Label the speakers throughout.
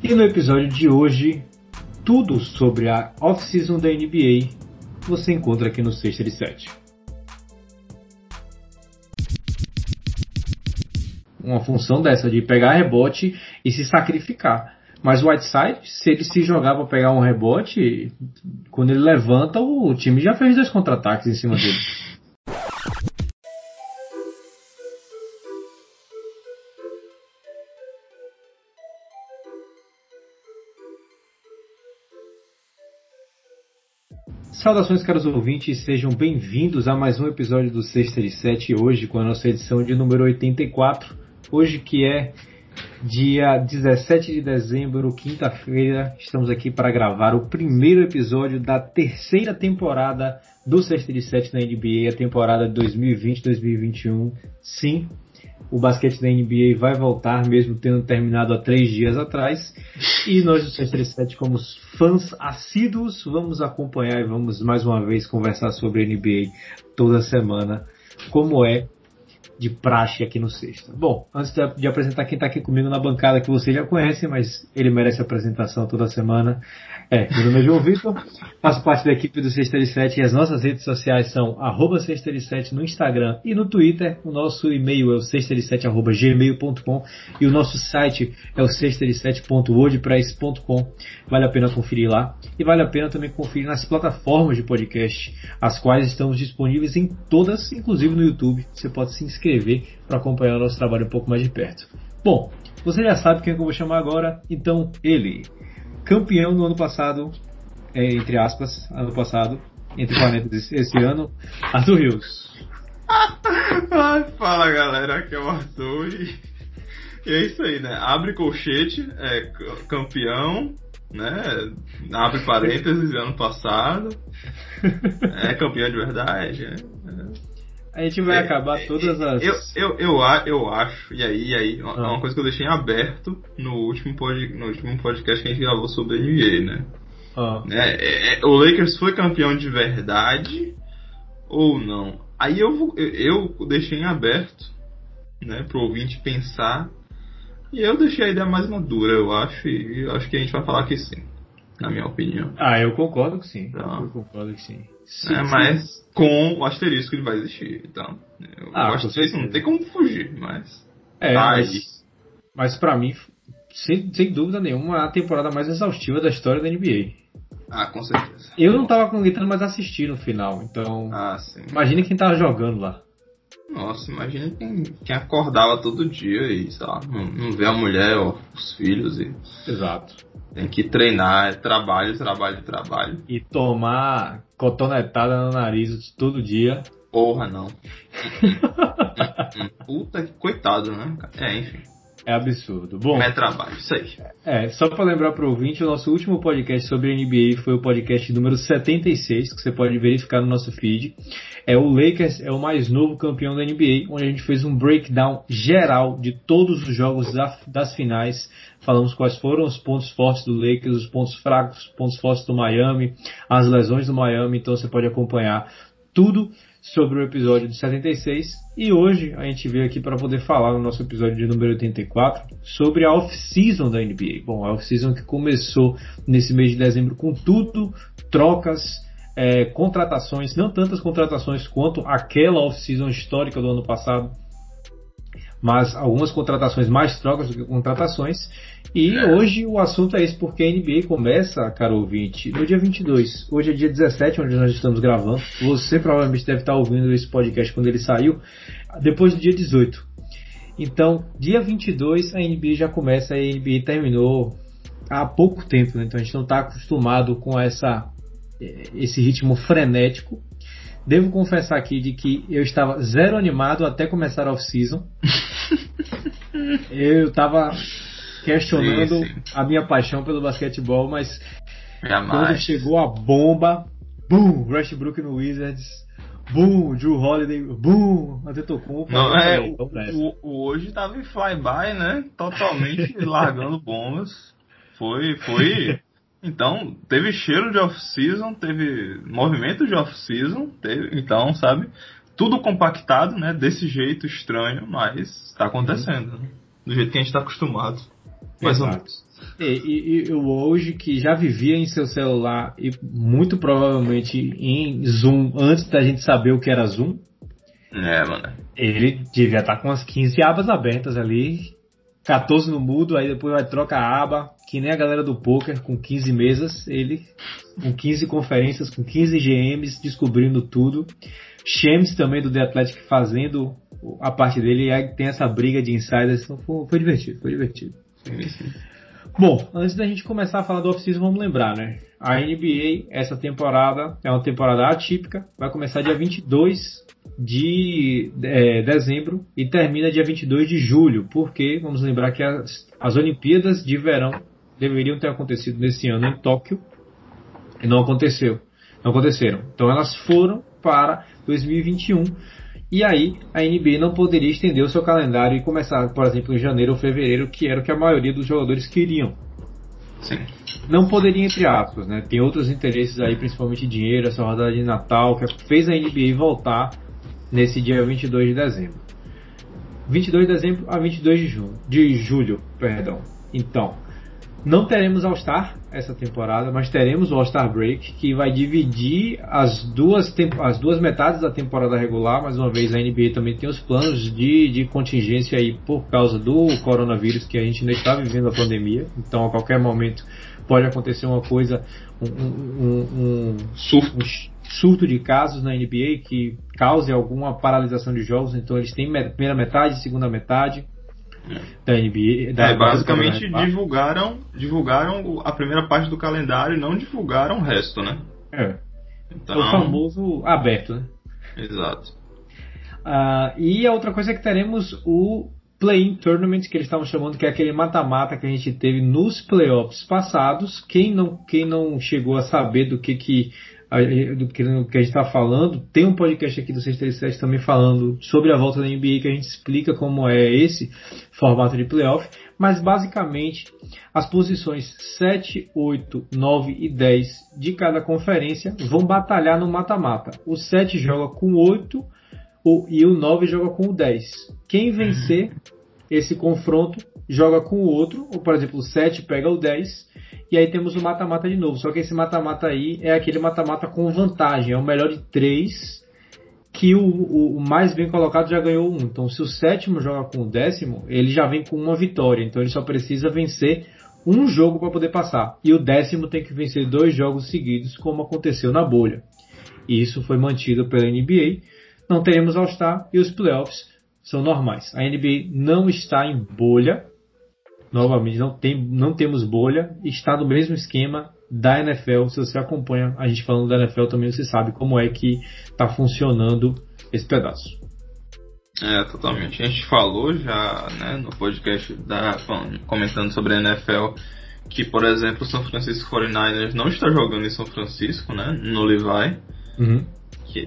Speaker 1: E no episódio de hoje, tudo sobre a off-season da NBA você encontra aqui no Sexta de 7. Uma função dessa de pegar rebote e se sacrificar. Mas o Whiteside, se ele se jogar para pegar um rebote, quando ele levanta, o time já fez 2 contra-ataques em cima dele. Saudações, caros ouvintes, sejam bem-vindos a mais um episódio do Sexta de 7, hoje com a nossa edição de número 84, hoje que é dia 17 de dezembro, quinta-feira. Estamos aqui para gravar o primeiro episódio da terceira temporada do Sexta de 7 na NBA, a temporada de 2020-2021. Sim, o basquete da NBA vai voltar, mesmo tendo terminado há 3 dias atrás. E nós do Sexta de 7, como fãs assíduos, vamos acompanhar e vamos mais uma vez conversar sobre a NBA toda semana, como é de praxe aqui no Sexta. Bom, antes de apresentar quem está aqui comigo na bancada, que vocês já conhecem, mas ele merece apresentação toda semana. Meu nome é João Vitor, faço parte da equipe do Sexta de 7 e as nossas redes sociais são @Sexta de 7 no Instagram e no Twitter. O nosso e-mail é o sextade7@gmail.com e o nosso site é o sextade7.wordpress.com. Vale a pena conferir lá e vale a pena também conferir nas plataformas de podcast, as quais estamos disponíveis em todas, inclusive no YouTube. Você pode se inscrever para acompanhar o nosso trabalho um pouco mais de perto. Bom, você já sabe quem é que eu vou chamar agora, então ele, campeão no ano passado, entre aspas, ano passado, entre parênteses, esse ano, Arthur Rios.
Speaker 2: Fala galera, aqui é o Arthur e é isso aí, né? Abre colchete, campeão, né? Abre parênteses, ano passado, campeão de verdade, né?
Speaker 1: A gente vai acabar todas as...
Speaker 2: Eu acho, e aí uma coisa que eu deixei em aberto no último podcast que a gente gravou sobre a NBA, né? O Lakers foi campeão de verdade ou não? Aí eu deixei em aberto, né, pro ouvinte pensar, e eu deixei a ideia mais madura, eu acho, e eu acho que a gente vai falar que sim, na minha opinião.
Speaker 1: Eu concordo que sim. Eu concordo que sim.
Speaker 2: Mas com o asterisco ele vai existir. Então, o asterisco não tem como fugir, mas.
Speaker 1: Mas pra mim, sem dúvida nenhuma, é a temporada mais exaustiva da história da NBA.
Speaker 2: Com certeza.
Speaker 1: Eu não tava aguentando mais assistir no final, então.
Speaker 2: Sim.
Speaker 1: Imagina quem tava jogando lá.
Speaker 2: Nossa, imagina quem acordava todo dia e, sei lá, não vê a mulher ou os filhos e...
Speaker 1: Exato.
Speaker 2: Tem que treinar, trabalho.
Speaker 1: E tomar cotonetada no nariz todo dia.
Speaker 2: Porra, não. Puta que coitado, né? Enfim.
Speaker 1: É absurdo. Bom,
Speaker 2: é trabalho, isso aí.
Speaker 1: Só para lembrar para o ouvinte, o nosso último podcast sobre a NBA foi o podcast número 76, que você pode verificar no nosso feed. O Lakers é o mais novo campeão da NBA, onde a gente fez um breakdown geral de todos os jogos das finais. Falamos quais foram os pontos fortes do Lakers, os pontos fracos, os pontos fortes do Miami, as lesões do Miami. Então você pode acompanhar tudo sobre o episódio de 76, e hoje a gente veio aqui para poder falar no nosso episódio de número 84 sobre a off-season da NBA. Bom, a off-season que começou nesse mês de dezembro com tudo, trocas, contratações, não tantas contratações quanto aquela off-season histórica do ano passado, mas algumas contratações, mais trocas do que contratações. E hoje o assunto é esse, porque a NBA começa, caro ouvinte, no dia 22. Hoje é dia 17, onde nós estamos gravando. Você provavelmente deve estar ouvindo esse podcast quando ele saiu, depois do dia 18. Então, dia 22 a NBA já começa, a NBA terminou há pouco tempo, né? Então a gente não está acostumado com esse ritmo frenético. Devo confessar aqui de que eu estava zero animado até começar a off-season. Eu estava questionando a minha paixão pelo basquetebol, mas quando chegou a bomba, boom, Westbrook no Wizards, boom, Jrue Holiday, boom, Antetokounmpo.
Speaker 2: O hoje estava em flyby, né? Totalmente largando bombas. Foi. Então, teve cheiro de off-season, teve movimento de off-season, então, sabe? Tudo compactado, né? Desse jeito estranho, mas está acontecendo, né? Do jeito que a gente está acostumado. Mais ou menos.
Speaker 1: E o Woj, que já vivia em seu celular e muito provavelmente em Zoom antes da gente saber o que era Zoom.
Speaker 2: Mano.
Speaker 1: Ele devia estar com umas 15 abas abertas ali, 14 no mudo, aí depois vai trocar a aba, que nem a galera do poker, com 15 mesas, ele com 15 conferências, com 15 GMs, descobrindo tudo. Shams também do The Athletic fazendo a parte dele, e aí tem essa briga de insiders, então foi divertido.
Speaker 2: Sim.
Speaker 1: Bom, antes da gente começar a falar do off-season, vamos lembrar, né? A NBA, essa temporada, é uma temporada atípica, vai começar dia 22 de dezembro e termina dia 22 de julho, porque vamos lembrar que as Olimpíadas de verão deveriam ter acontecido nesse ano em Tóquio e não aconteceram. Então elas foram para 2021 e aí a NBA não poderia estender o seu calendário e começar, por exemplo, em janeiro ou fevereiro, que era o que a maioria dos jogadores queriam.
Speaker 2: Sim.
Speaker 1: Não poderia, entre aspas, né? Tem outros interesses aí, principalmente dinheiro, essa rodada de Natal, que fez a NBA voltar nesse dia 22 de dezembro. 22 de dezembro a 22 de julho. Então, não teremos All-Star essa temporada, mas teremos o All-Star Break, que vai dividir as duas metades da temporada regular. Mais uma vez, a NBA também tem os planos de contingência aí por causa do coronavírus, que a gente ainda está vivendo a pandemia. Então, a qualquer momento pode acontecer uma coisa, um surto de casos na NBA que cause alguma paralisação de jogos. Então, eles têm primeira metade, segunda metade da NBA.
Speaker 2: Basicamente divulgaram a primeira parte do calendário e não divulgaram o resto, né?
Speaker 1: Então, o famoso aberto, né?
Speaker 2: Exato.
Speaker 1: E a outra coisa é que teremos o Play-in Tournament, que eles estavam chamando, que é aquele mata-mata que a gente teve nos playoffs passados. Quem não chegou a saber do que a gente está falando, tem um podcast aqui do 637 também falando sobre a volta da NBA, que a gente explica como é esse formato de playoff. Mas basicamente as posições 7, 8, 9 e 10 de cada conferência vão batalhar no mata-mata. O 7 joga com o 8 e o 9 joga com o 10. Quem vencer esse confronto joga com o outro, ou por exemplo o 7 pega o 10, e aí temos o mata-mata de novo. Só que esse mata-mata aí é aquele mata-mata com vantagem, é o melhor de 3, que o mais bem colocado já ganhou 1. Então se o 7º joga com o 10º, ele já vem com uma vitória, então ele só precisa vencer um jogo para poder passar, e o 10º tem que vencer 2 jogos seguidos, como aconteceu na bolha. E isso foi mantido pela NBA. Não teremos All-Star e os playoffs são normais. A NBA não está em bolha. Novamente, não temos bolha. Está no mesmo esquema da NFL. Se você acompanha a gente falando da NFL também, você sabe como é que está funcionando esse pedaço.
Speaker 2: Totalmente. A gente falou já, né, no podcast comentando sobre a NFL que, por exemplo, o São Francisco 49ers não está jogando em São Francisco, né, no Levi. Que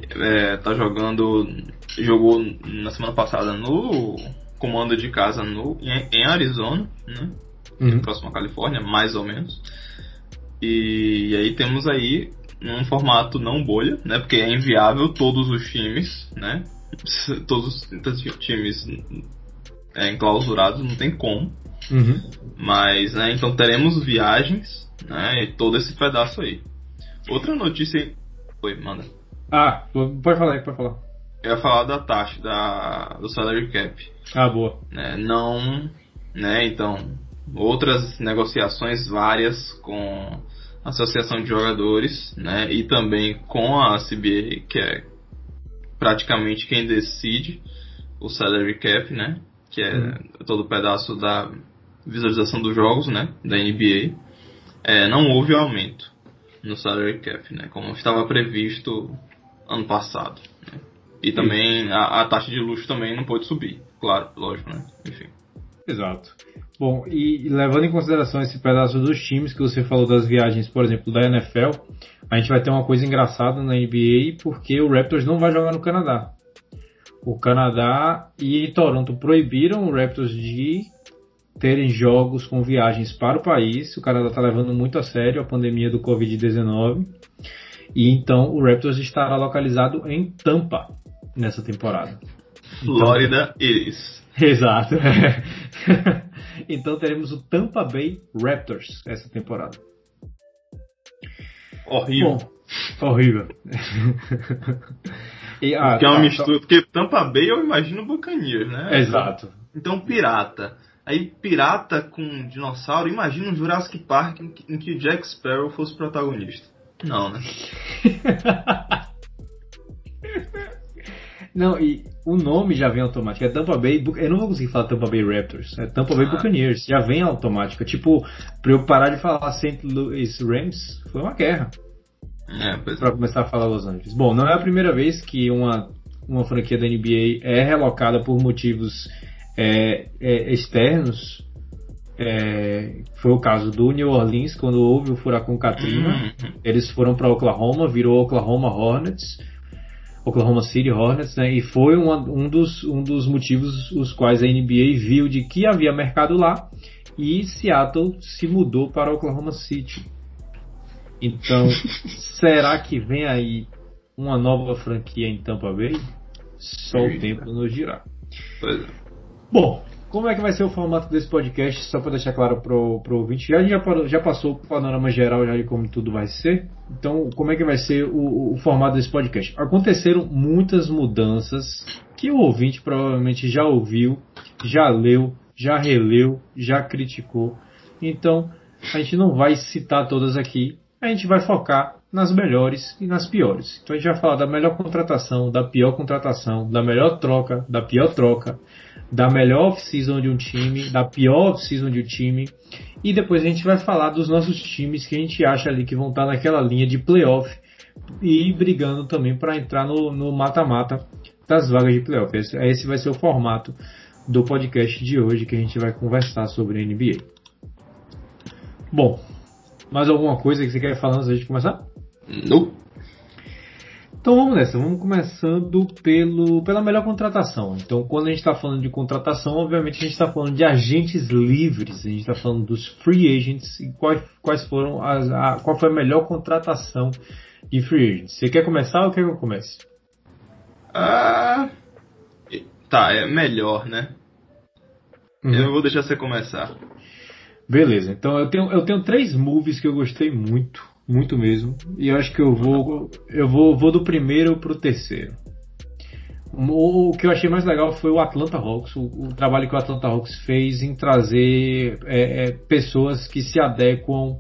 Speaker 2: jogou na semana passada no comando de casa em Arizona, né? Próximo à Califórnia, mais ou menos. E aí temos aí um formato não bolha, né? Porque é inviável todos os times, né? Todos os times enclausurados, não tem como. Mas, né, então teremos viagens, né? E todo esse pedaço aí. Outra notícia. Oi, manda.
Speaker 1: Pode falar.
Speaker 2: Eu ia falar da taxa do salary cap.
Speaker 1: Boa.
Speaker 2: Então, outras negociações várias com a Associação de Jogadores, né, e também com a CBA, que é praticamente quem decide o salary cap, né, que é todo o pedaço da visualização dos jogos, né, da NBA. Não houve aumento no salary cap, né, como estava previsto ano passado, né? E também a taxa de luxo também não pode subir, claro, lógico, né? Enfim.
Speaker 1: Exato. Bom, e levando em consideração esse pedaço dos times que você falou das viagens, por exemplo, da NFL, a gente vai ter uma coisa engraçada na NBA, porque o Raptors não vai jogar no Canadá. O Canadá e Toronto proibiram o Raptors de terem jogos com viagens para o país. O Canadá está levando muito a sério a pandemia do Covid-19. E então o Raptors estará localizado em Tampa nessa temporada.
Speaker 2: Flórida Iris.
Speaker 1: Exato. Então teremos o Tampa Bay Raptors essa temporada.
Speaker 2: Horrível.
Speaker 1: Bom, horrível.
Speaker 2: Porque é uma mistura. Porque Tampa Bay eu imagino Buccaneers, né?
Speaker 1: Exato.
Speaker 2: Então pirata. Aí pirata com dinossauro, imagina um Jurassic Park em que o Jack Sparrow fosse protagonista. Não, né?
Speaker 1: Não, e o nome já vem automático. É Tampa Bay. Eu não vou conseguir falar Tampa Bay Raptors. É Tampa Bay Buccaneers. Já vem automático. Tipo, pra eu parar de falar St. Louis Rams, foi uma guerra. Pra começar a falar Los Angeles. Bom, não é a primeira vez que uma franquia da NBA é relocada por motivos externos. Foi o caso do New Orleans, quando houve o furacão Katrina. Eles foram para Oklahoma, virou Oklahoma City Hornets, né? E foi um dos motivos os quais a NBA viu de que havia mercado lá, e Seattle se mudou para Oklahoma City. Então, será que vem aí uma nova franquia em Tampa Bay? Só o tempo nos dirá.
Speaker 2: Pois é.
Speaker 1: Bom, como é que vai ser o formato desse podcast? Só para deixar claro pro ouvinte. A gente já passou o panorama geral já de como tudo vai ser. Então, como é que vai ser o formato desse podcast? Aconteceram muitas mudanças que o ouvinte provavelmente já ouviu, já leu, já releu, já criticou. Então, a gente não vai citar todas aqui. A gente vai focar nas melhores e nas piores. Então a gente vai falar da melhor contratação, da pior contratação, da melhor troca, da pior troca, da melhor off-season de um time, da pior off-season de um time, e depois a gente vai falar dos nossos times que a gente acha ali que vão estar naquela linha de playoff e brigando também para entrar no mata-mata das vagas de playoff. Esse vai ser o formato do podcast de hoje, que a gente vai conversar sobre a NBA. Bom, mais alguma coisa que você quer falar antes da gente começar?
Speaker 2: Não.
Speaker 1: Então vamos nessa, vamos começando pela melhor contratação. Então quando a gente está falando de contratação, obviamente a gente está falando de agentes livres, a gente está falando dos free agents e qual foi a melhor contratação de free agents. Você quer começar ou quer que eu comece?
Speaker 2: Tá, é melhor, né? Eu vou deixar você começar.
Speaker 1: Beleza, então eu tenho 3 movies que eu gostei muito mesmo, e eu acho que eu vou do primeiro pro terceiro. O que eu achei mais legal foi o Atlanta Hawks, o trabalho que o Atlanta Hawks fez em trazer pessoas que se adequam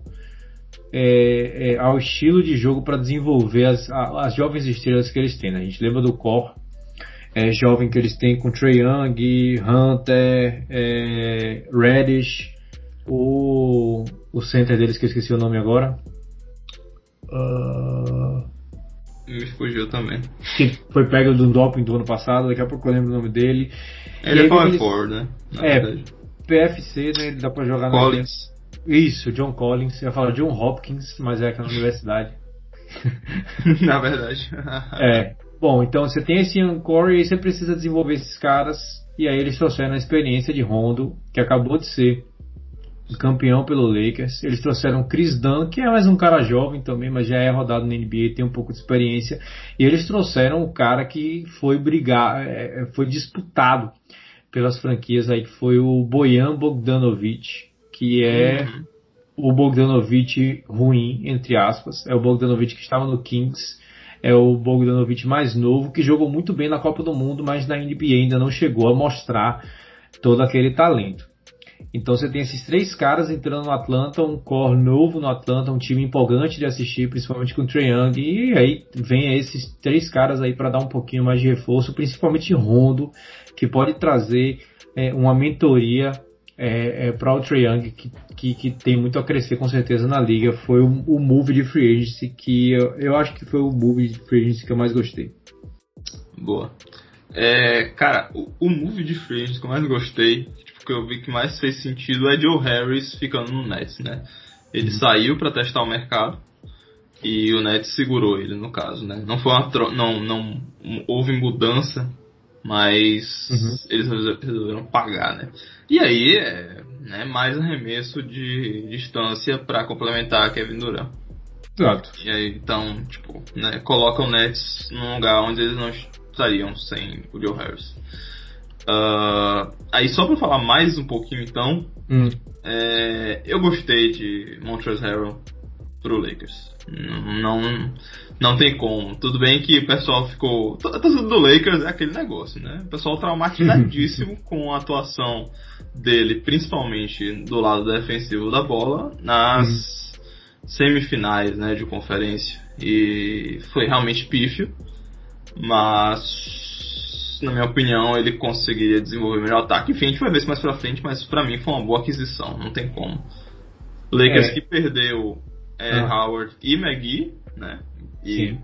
Speaker 1: ao estilo de jogo para desenvolver as jovens estrelas que eles têm, né? A gente lembra do core jovem que eles têm com Trae Young, Hunter, Reddish, o center deles que eu esqueci o nome agora.
Speaker 2: Me fugiu também.
Speaker 1: Que foi pego do doping do ano passado, daqui a pouco eu lembro o nome dele.
Speaker 2: Ele é power forward, né?
Speaker 1: PFC, né? Ele dá pra jogar
Speaker 2: Collins.
Speaker 1: Isso, John Collins. Eu ia falar John Hopkins, mas é aquela universidade.
Speaker 2: Na verdade.
Speaker 1: Bom, então você tem esse young core e aí você precisa desenvolver esses caras. E aí eles trouxeram a experiência de Rondo, que acabou de ser campeão pelo Lakers. Eles trouxeram Chris Dunn, que é mais um cara jovem também, mas já é rodado na NBA, tem um pouco de experiência. E eles trouxeram o cara que foi foi disputado pelas franquias aí, que foi o Bojan Bogdanovic, que é o Bogdanovic ruim, entre aspas. É o Bogdanovic que estava no Kings. É o Bogdanovic mais novo, que jogou muito bem na Copa do Mundo, mas na NBA ainda não chegou a mostrar todo aquele talento. Então você tem esses 3 caras entrando no Atlanta, um core novo no Atlanta, um time empolgante de assistir, principalmente com o Trae Young, e aí vem esses 3 caras aí para dar um pouquinho mais de reforço, principalmente Rondo, que pode trazer uma mentoria para o Trae Young, que tem muito a crescer com certeza na liga. Foi o move de free agency que eu acho que foi o move de free agency que eu mais gostei.
Speaker 2: Boa. Cara, o move de free agency que eu mais gostei, que eu vi que mais fez sentido, é Joe Harris ficando no Nets, né? Ele saiu para testar o mercado e o Nets segurou ele, no caso, né? Não foi não houve mudança, mas eles resolveram pagar, né? E aí mais arremesso de distância para complementar Kevin Durant.
Speaker 1: Exato.
Speaker 2: E aí, então, coloca o Nets num lugar onde eles não estariam sem o Joe Harris. Aí só pra falar mais um pouquinho então, eu gostei de Montrezl Harrell pro Lakers. Não tem como. Tudo bem que o pessoal ficou... A torcida do Lakers é aquele negócio, né? O pessoal traumatizadíssimo com a atuação dele, principalmente do lado defensivo da bola, nas semifinais, né, de conferência. E foi realmente pífio, mas na minha opinião ele conseguiria desenvolver melhor ataque. Enfim, a gente vai ver isso mais pra frente, mas pra mim foi uma boa aquisição, não tem como. Lakers que perdeu Howard e McGee, né? E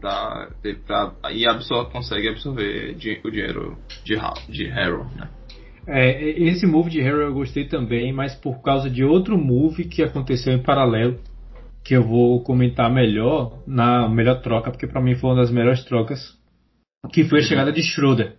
Speaker 2: consegue absorver o dinheiro de Harrell, né?
Speaker 1: Esse move de Harrell eu gostei também, mas por causa de outro move que aconteceu em paralelo, que eu vou comentar melhor na melhor troca, porque pra mim foi uma das melhores trocas, que foi a chegada de Schroeder.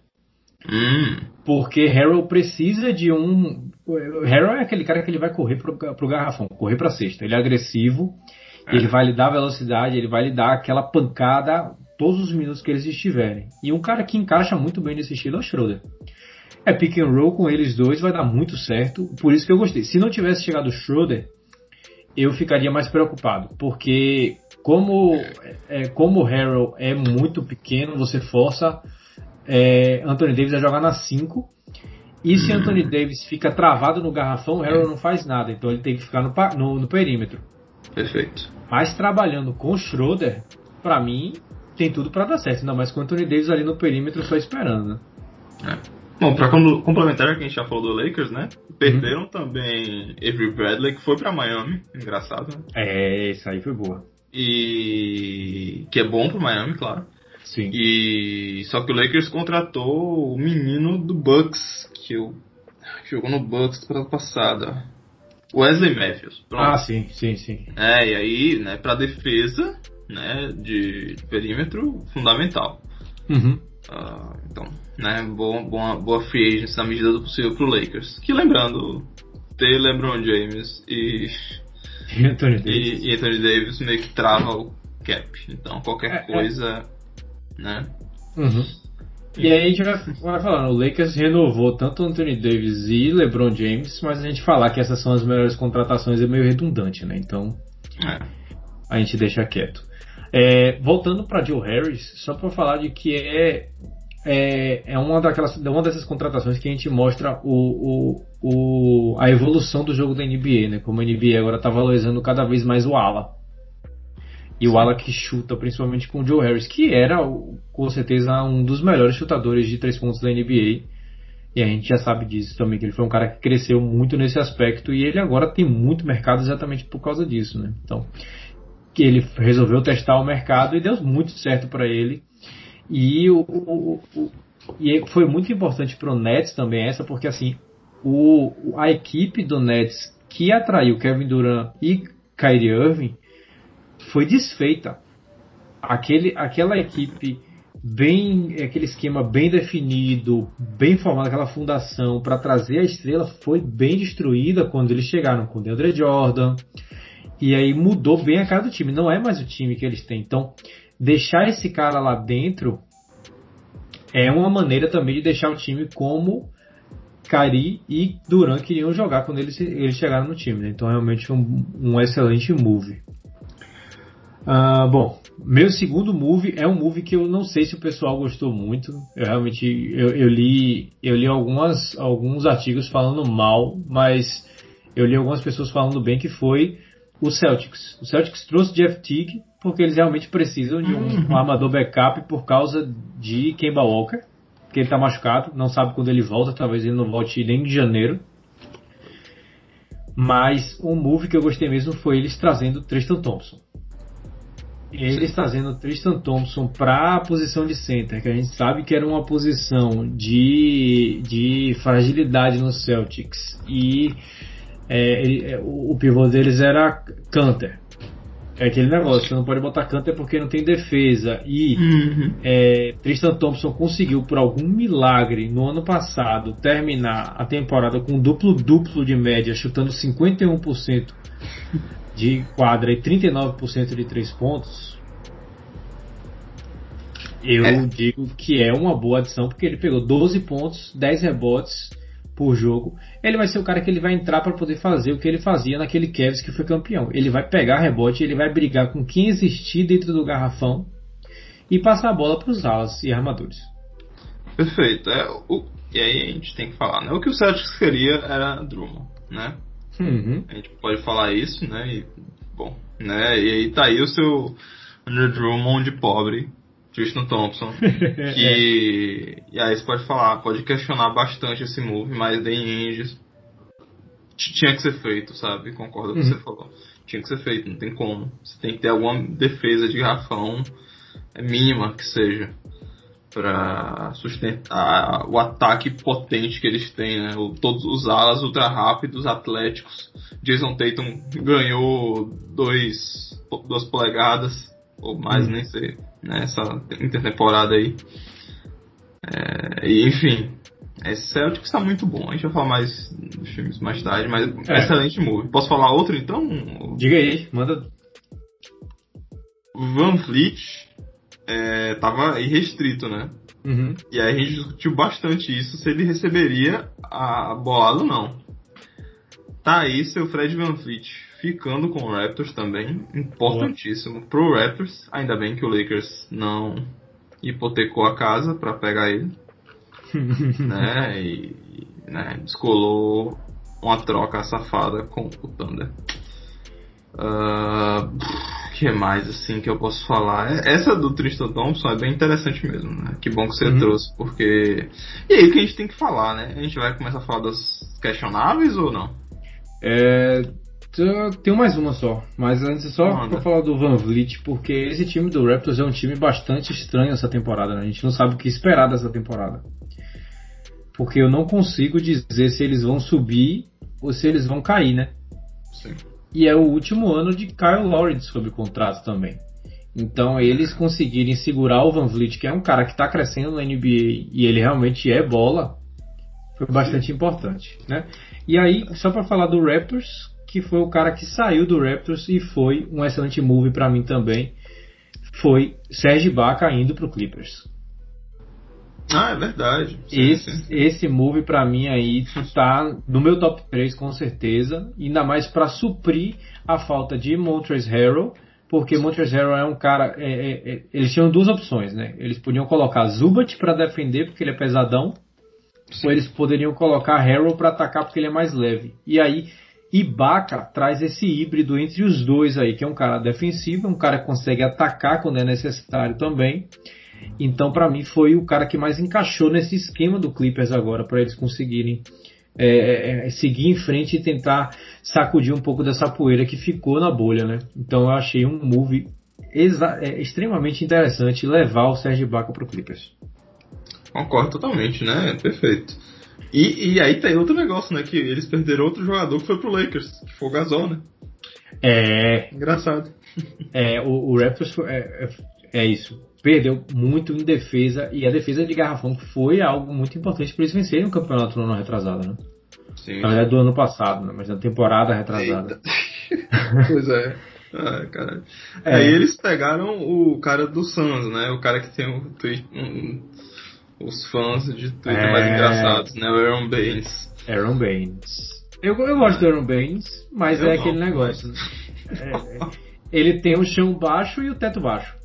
Speaker 1: Porque Harrell precisa de Harrell é aquele cara que ele vai correr pro garrafão, correr pra cesta. Ele é agressivo, ele vai lhe dar velocidade, ele vai lhe dar aquela pancada todos os minutos que eles estiverem. E um cara que encaixa muito bem nesse estilo é o Schroeder. Pick and roll com eles dois vai dar muito certo, por isso que eu gostei. Se não tivesse chegado o Schroeder, eu ficaria mais preocupado, porque como o Harrell é muito pequeno, você força Anthony Davis a jogar na 5, e se Anthony Davis fica travado no garrafão, o Harrell não faz nada, então ele tem que ficar no perímetro.
Speaker 2: Perfeito.
Speaker 1: Mas trabalhando com o Schroeder, pra mim, tem tudo pra dar certo, ainda mais com o Anthony Davis ali no perímetro só esperando, né?
Speaker 2: Bom, pra complementar, que a gente já falou do Lakers, né? Perderam também Avery Bradley, que foi pra Miami. Engraçado, né?
Speaker 1: Isso aí foi boa.
Speaker 2: E que é bom pro Miami, claro.
Speaker 1: Sim.
Speaker 2: Só que o Lakers contratou o menino do Bucks, que jogou no Bucks temporada passada, Wesley Matthews. Pronto.
Speaker 1: Sim.
Speaker 2: E aí, né, pra defesa, né, de perímetro, fundamental. Então, né, boa free agency na medida do possível pro Lakers. Que lembrando, ter LeBron James e Anthony Davis meio que trava o cap. Então, qualquer coisa, né?
Speaker 1: E aí a gente vai falando, o Lakers renovou tanto Anthony Davis e LeBron James, mas a gente falar que essas são as melhores contratações é meio redundante, né? Então, a gente deixa quieto. Voltando para Joe Harris, só para falar de que é uma dessas contratações que a gente mostra a evolução do jogo da NBA, né? Como a NBA agora está valorizando cada vez mais o ala. E o ala que chuta, principalmente com o Joe Harris, que era com certeza um dos melhores chutadores de 3 pontos da NBA. E a gente já sabe disso também, que ele foi um cara que cresceu muito nesse aspecto e ele agora tem muito mercado exatamente por causa disso, né? Então, que ele resolveu testar o mercado e deu muito certo para ele. E foi muito importante para o Nets também porque assim, a equipe do Nets que atraiu Kevin Durant e Kyrie Irving foi desfeita. Aquela equipe aquele esquema bem definido, bem formado, aquela fundação para trazer a estrela foi bem destruída quando eles chegaram com o DeAndre Jordan. E aí mudou bem a cara do time. Não é mais o time que eles têm. Então, deixar esse cara lá dentro é uma maneira também de deixar o time como Kyrie e Durant queriam jogar quando eles chegaram no time, né? Então, realmente um excelente move. Bom, meu segundo move é um move que eu não sei se o pessoal gostou muito. Eu li alguns artigos falando mal, mas eu li algumas pessoas falando bem, que foi o Celtics. O Celtics trouxe Jeff Teague porque eles realmente precisam de um armador backup por causa de Kemba Walker, porque ele está machucado, não sabe quando ele volta, talvez ele não volte nem em janeiro. Mas um move que eu gostei mesmo foi eles trazendo Tristan Thompson. Eles trazendo Tristan Thompson para a posição de center, que a gente sabe que era uma posição de fragilidade no Celtics. E o pivô deles era Kanter. É aquele negócio, você não pode botar Kanter porque não tem defesa. E Tristan Thompson conseguiu, por algum milagre, no ano passado, terminar a temporada com duplo de média, chutando 51% de quadra e 39% de 3 pontos. Eu digo que é uma boa adição, porque ele pegou 12 pontos, 10 rebotes por jogo. Ele vai ser o cara que ele vai entrar para poder fazer o que ele fazia naquele Cavs que foi campeão. Ele vai pegar rebote, ele vai brigar com quem existir dentro do garrafão e passar a bola para os alas e armadores.
Speaker 2: Perfeito. E aí a gente tem que falar, né? O que o Celtics queria era Drummond, né?
Speaker 1: Uhum.
Speaker 2: A gente pode falar isso, né? E, bom, né? E aí tá aí o seu Andrew Drummond de pobre, Tristan Thompson, que... E aí você pode falar, pode questionar bastante esse move, mas Danny Ainge tinha que ser feito, sabe? Concordo com o que você falou. Tinha que ser feito, não tem como. Você tem que ter alguma defesa de garrafão, mínima que seja, para sustentar o ataque potente que eles têm, né? Todos os alas ultra rápidos, atléticos. Jason Tatum ganhou 2 polegadas, ou mais, nem sei, nessa intertemporada aí. E enfim, esse Celtics está muito bom. A gente vai falar mais dos filmes mais tarde, mas excelente move. Posso falar outro então?
Speaker 1: Diga aí, manda.
Speaker 2: Van Vliet tava irrestrito, né?
Speaker 1: Uhum.
Speaker 2: E aí a gente discutiu bastante isso, se ele receberia a bolada ou não. Tá aí seu Fred VanVleet ficando com o Raptors também, importantíssimo pro Raptors. Ainda bem que o Lakers não hipotecou a casa pra pegar ele, né? E descolou uma troca safada com o Thunder. Que mais assim que eu posso falar? Essa do Tristan Thompson é bem interessante mesmo, né? Que bom que você trouxe, porque... E aí o que a gente tem que falar, né? A gente vai começar a falar das questionáveis ou não?
Speaker 1: Tenho mais uma só, mas antes só pra falar do VanVleet, porque esse time do Raptors é um time bastante estranho essa temporada, né? A gente não sabe o que esperar dessa temporada, porque eu não consigo dizer se eles vão subir ou se eles vão cair, né?
Speaker 2: Sim.
Speaker 1: E é o último ano de Kyle Lowry sob contrato também. Então eles conseguirem segurar o VanVleet, que é um cara que está crescendo na NBA e ele realmente é bola, foi bastante importante, né? E aí, só para falar do Raptors, que foi o cara que saiu do Raptors e foi um excelente move para mim também, foi Serge Ibaka indo pro Clippers.
Speaker 2: É verdade.
Speaker 1: Esse move pra mim aí tá no meu top 3 com certeza, ainda mais pra suprir a falta de Montrezl Harrell, porque Montrezl Harrell é um cara, eles tinham duas opções, né? Eles podiam colocar Zubat pra defender porque ele é pesadão, ou eles poderiam colocar Harrell pra atacar porque ele é mais leve. E aí Ibaka traz esse híbrido entre os dois aí, que é um cara defensivo, um cara que consegue atacar quando é necessário também. Então, para mim, foi o cara que mais encaixou nesse esquema do Clippers agora, para eles conseguirem seguir em frente e tentar sacudir um pouco dessa poeira que ficou na bolha, né? Então, eu achei um move extremamente interessante levar o Serge Ibaka para o Clippers.
Speaker 2: Concordo totalmente, né? Perfeito. E aí tem outro negócio, né? Que eles perderam outro jogador que foi pro Lakers, que foi o Gasol, né? Engraçado.
Speaker 1: O Raptors é isso. Perdeu muito em defesa, e a defesa de garrafão foi algo muito importante para eles vencerem o campeonato no ano retrasado, né?
Speaker 2: Sim.
Speaker 1: Na verdade do ano passado, né? Mas na temporada retrasada.
Speaker 2: Pois é. Caralho. Aí eles pegaram o cara do Suns, né? O cara que tem os fãs de Twitter mais engraçados, né? O Aaron Baines.
Speaker 1: Aaron Baines. Eu gosto do Aaron Baines, mas aquele negócio. Né? Ele tem o chão baixo e o teto baixo.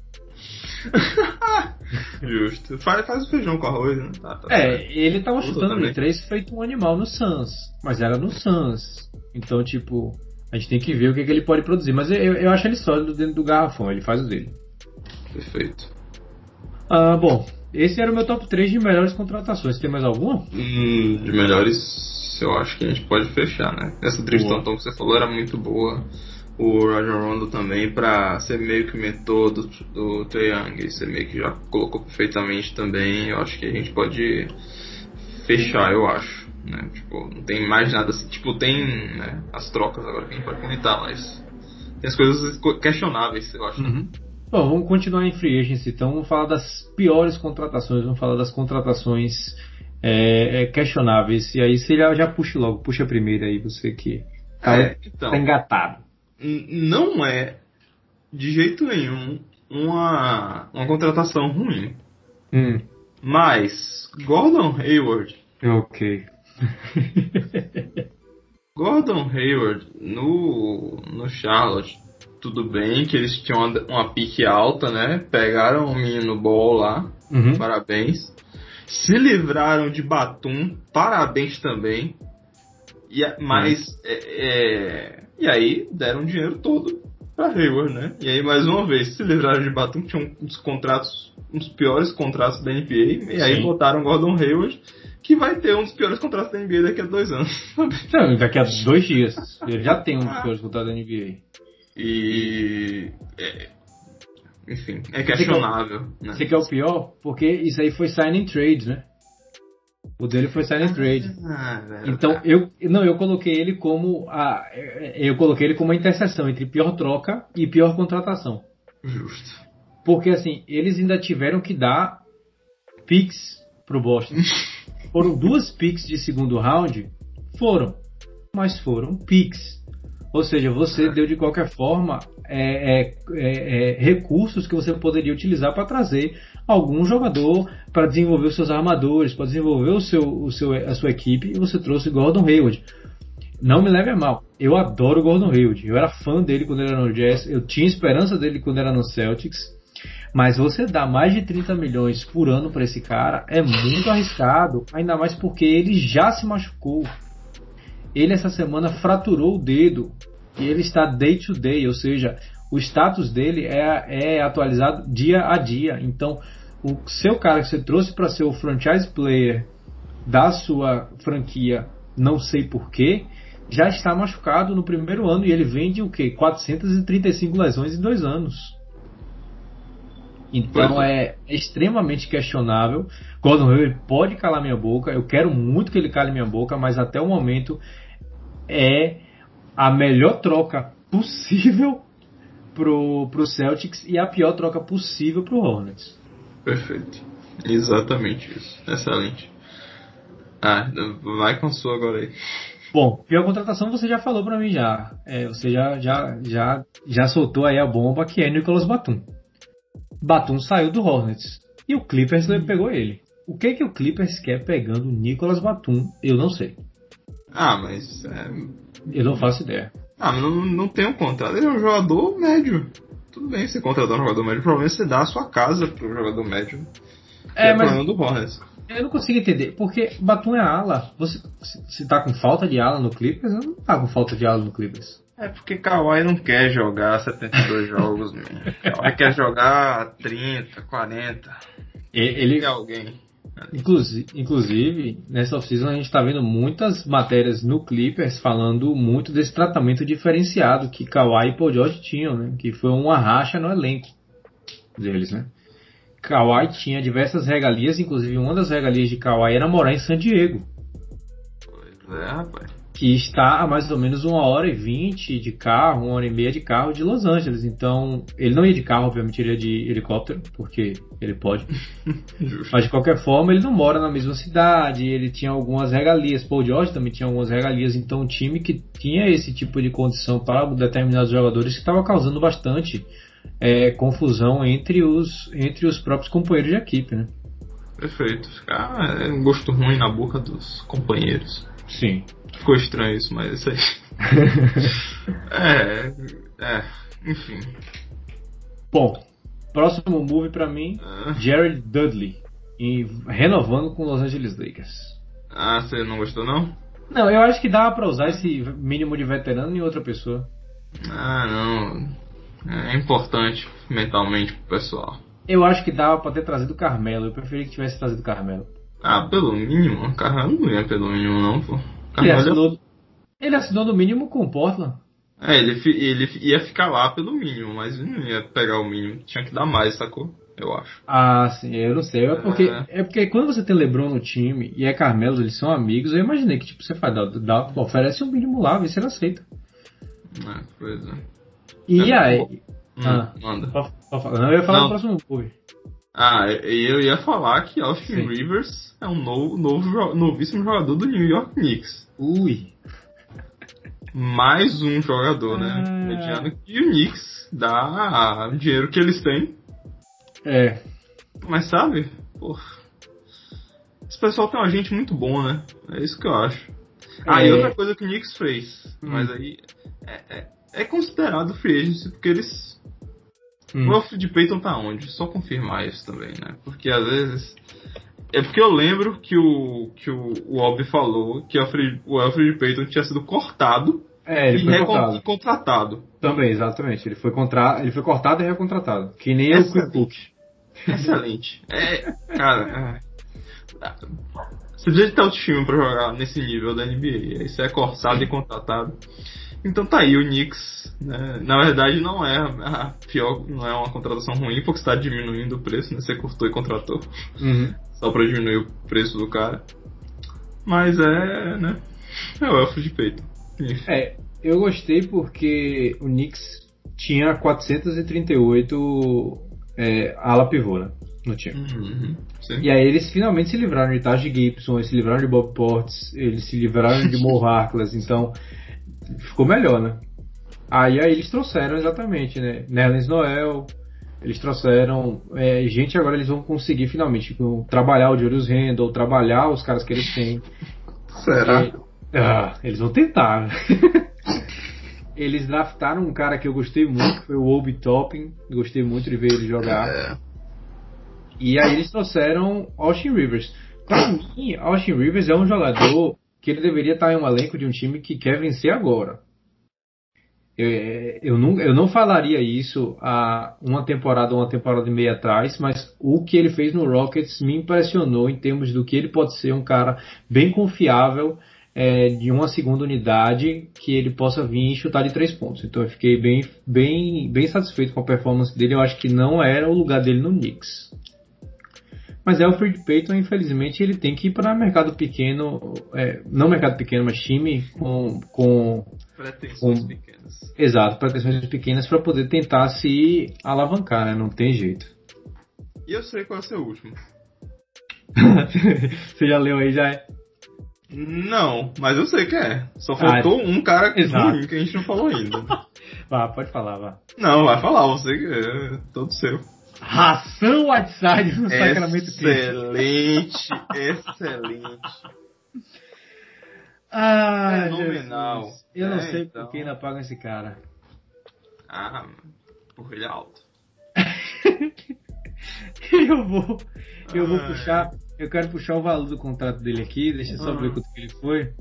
Speaker 2: Justo. Faz o feijão com arroz, né?
Speaker 1: Ele tava chutando de 3 feito um animal no Suns, mas era no Suns. Então, tipo, a gente tem que ver o que ele pode produzir. Mas eu acho ele sólido dentro do garrafão, ele faz o dele.
Speaker 2: Perfeito.
Speaker 1: Bom, esse era o meu top 3 de melhores contratações. Tem mais alguma?
Speaker 2: De melhores, eu acho que a gente pode fechar, né? Essa Tristan Thompson que você falou era muito boa. O Rajon Rondo também, pra ser meio que mentor do Trae Young, você meio que já colocou perfeitamente também. Eu acho que a gente pode fechar, eu acho, né? Tipo, não tem mais nada assim. Tipo, tem, né, as trocas agora que a gente pode comentar, mas tem as coisas questionáveis, eu acho.
Speaker 1: Uhum. Bom, vamos continuar em free agency, então vamos falar das piores contratações, vamos falar das contratações questionáveis. E aí você já puxa logo, puxa a primeira aí, você que tá engatado.
Speaker 2: Não é de jeito nenhum uma contratação ruim, Mas Gordon Hayward.
Speaker 1: Ok.
Speaker 2: Gordon Hayward no Charlotte, tudo bem que eles tinham uma pique alta, né? Pegaram o menino Ball lá, parabéns. Se livraram de Batum, parabéns também. Mas e aí deram o dinheiro todo pra Hayward, né? E aí mais uma vez se livraram de Batum, que tinham uns piores contratos da NBA, e aí botaram Gordon Hayward, que vai ter um dos piores contratos da NBA daqui a 2 anos.
Speaker 1: Não, daqui a 2 dias. Ele já tem um dos piores contratos da NBA.
Speaker 2: Enfim, é questionável. Né?
Speaker 1: Você quer o pior? Porque isso aí foi sign and trade, né? O dele foi sign and trade. Então, eu coloquei ele como a interseção entre pior troca e pior contratação.
Speaker 2: Justo.
Speaker 1: Porque, assim, eles ainda tiveram que dar picks pro Boston. Foram 2 picks de segundo round? Mas foram picks. Ou seja, você deu de qualquer forma recursos que você poderia utilizar para trazer algum jogador para desenvolver os seus armadores, para desenvolver a sua equipe, e você trouxe Gordon Hayward. Não me leve a mal, eu adoro o Gordon Hayward, eu era fã dele quando ele era no Jazz, eu tinha esperança dele quando era no Celtics, mas você dar mais de 30 milhões por ano para esse cara é muito arriscado, ainda mais porque ele já se machucou. Ele essa semana fraturou o dedo e ele está day to day, ou seja, o status dele é atualizado dia a dia. Então, o seu cara que você trouxe para ser o franchise player da sua franquia, não sei porquê, já está machucado no primeiro ano e ele vem de 435 lesões em 2 anos. Então é extremamente questionável. Gordon Hayward pode calar minha boca, eu quero muito que ele cale minha boca, mas até o momento é a melhor troca possível pro Celtics e a pior troca possível pro Hornets.
Speaker 2: Perfeito, exatamente isso, excelente. Vai com a sua agora aí.
Speaker 1: Bom, pior contratação você já falou pra mim já. Você já soltou aí a bomba, que é Nicolas Batum. Batum saiu do Hornets e o Clippers pegou ele. O que o Clippers quer pegando o Nicolas Batum, eu não sei.
Speaker 2: Mas...
Speaker 1: eu não faço ideia.
Speaker 2: Não tem um contrato. Ele é um jogador médio. Tudo bem você contratar um jogador médio. O problema é você dar a sua casa pro jogador médio. É o problema do Hornets.
Speaker 1: Eu não consigo entender, porque Batum é ala. Você tá com falta de ala no Clippers? Eu não tá com falta de ala no Clippers.
Speaker 2: É porque Kawhi não quer jogar 72 jogos, mesmo. Kawhi quer jogar 30, 40.
Speaker 1: Ele
Speaker 2: é alguém.
Speaker 1: Inclusive, nessa off-season a gente está vendo muitas matérias no Clippers falando muito desse tratamento diferenciado que Kawhi e Paul George tinham, né? Que foi uma racha no elenco deles, né? Kawhi tinha diversas regalias, inclusive uma das regalias de Kawhi era morar em San Diego.
Speaker 2: Pois é, rapaz.
Speaker 1: Que está a mais ou menos 1h20 de carro, 1h30 de carro de Los Angeles. Então, ele não ia de carro, obviamente ele ia de helicóptero, porque ele pode. Mas de qualquer forma, ele não mora na mesma cidade, ele tinha algumas regalias. Paul George também tinha algumas regalias. Então, um time que tinha esse tipo de condição para determinados jogadores que estava causando bastante confusão entre os próprios companheiros de equipe, né?
Speaker 2: Perfeito. É um gosto ruim na boca dos companheiros.
Speaker 1: Sim.
Speaker 2: Ficou estranho isso, mas isso aí. Enfim.
Speaker 1: Bom, próximo move pra mim, Jared Dudley, renovando com Los Angeles Lakers.
Speaker 2: Você não gostou não?
Speaker 1: Não, eu acho que dava pra usar esse mínimo de veterano em outra pessoa.
Speaker 2: Não. É importante mentalmente pro pessoal.
Speaker 1: Eu acho que dava pra ter trazido o Carmelo, eu preferia que tivesse trazido o Carmelo.
Speaker 2: Pelo mínimo? O Carmelo não ia pelo mínimo não, pô.
Speaker 1: Ele assinou no mínimo com o Portland.
Speaker 2: Ele ia ficar lá pelo mínimo, mas não ia pegar o mínimo. Tinha que dar mais, sacou? Eu acho.
Speaker 1: Sim, eu não sei. É porque quando você tem LeBron no time e Carmelo, eles são amigos, eu imaginei que tipo, você faz, oferece um mínimo lá, vê se ele aceita.
Speaker 2: Pois é.
Speaker 1: E aí?
Speaker 2: Manda.
Speaker 1: Eu ia falar do próximo move.
Speaker 2: Eu ia falar que Austin Rivers é um novíssimo jogador do New York Knicks.
Speaker 1: Ui.
Speaker 2: Mais um jogador, né? Mediano que o Knicks dá o dinheiro que eles têm.
Speaker 1: É.
Speaker 2: Mas sabe, porra. Esse pessoal tem um agente muito bom, né? É isso que eu acho. E outra coisa que o Knicks fez, mas aí é considerado free agency porque eles... O Elfrid Payton tá onde? Só confirmar isso também, né? Porque às vezes... É porque eu lembro que o Obi falou que o Elfrid Payton tinha sido cortado e contratado.
Speaker 1: Também, exatamente. Ele foi cortado e recontratado. Que nem o Quick Book.
Speaker 2: Excelente. Cara... Você precisa ter autoestima pra jogar nesse nível da NBA. Isso é cortado e contratado. Então tá aí o Knicks, né? Na verdade não é a pior, não é uma contratação ruim, porque você tá diminuindo o preço, né? Você cortou e contratou. Só pra diminuir o preço do cara. Mas né? É o Elfrid Payton.
Speaker 1: Eu gostei porque o Knicks tinha 438 ala pivô, né? No time. E aí eles finalmente se livraram de Taj Gibson, eles se livraram de Bob Portis, eles se livraram de Mo Harkless, então ficou melhor, né? Aí eles trouxeram exatamente, né? Nerlens Noel, eles trouxeram gente, agora eles vão conseguir finalmente trabalhar o Julius Randle, trabalhar os caras que eles têm.
Speaker 2: Será?
Speaker 1: Eles vão tentar. Eles draftaram um cara que eu gostei muito, que foi o Obi Toppin, gostei muito de ver ele jogar. E aí eles trouxeram Austin Rivers. Pra mim, Austin Rivers é um jogador que ele deveria estar em um elenco de um time que quer vencer agora. Eu não falaria isso há uma temporada e meia atrás, mas o que ele fez no Rockets me impressionou em termos do que ele pode ser um cara bem confiável, de uma segunda unidade, que ele possa vir e chutar de 3 pontos. Então eu fiquei bem satisfeito com a performance dele. Eu acho que não era o lugar dele no Knicks. Mas Elfrid Payton, infelizmente, ele tem que ir para mercado pequeno, não mercado pequeno, mas time com
Speaker 2: pretensões pequenas.
Speaker 1: Exato, pretensões pequenas para poder tentar se alavancar, né? Não tem jeito.
Speaker 2: E eu sei qual é o seu último.
Speaker 1: Você já leu aí, já?
Speaker 2: Não, mas eu sei que é. Só faltou um cara ruim que a gente não falou ainda.
Speaker 1: Pode falar, vá.
Speaker 2: Não, vai falar, você que é todo seu.
Speaker 1: Hassan Whiteside no Sacramento Kings.
Speaker 2: Excelente.
Speaker 1: Fenomenal. Jesus. Eu não sei por que ainda pagam esse cara.
Speaker 2: Porque ele é alto.
Speaker 1: Eu vou puxar. Eu quero puxar o valor do contrato dele aqui. Deixa eu só ver quanto que ele foi.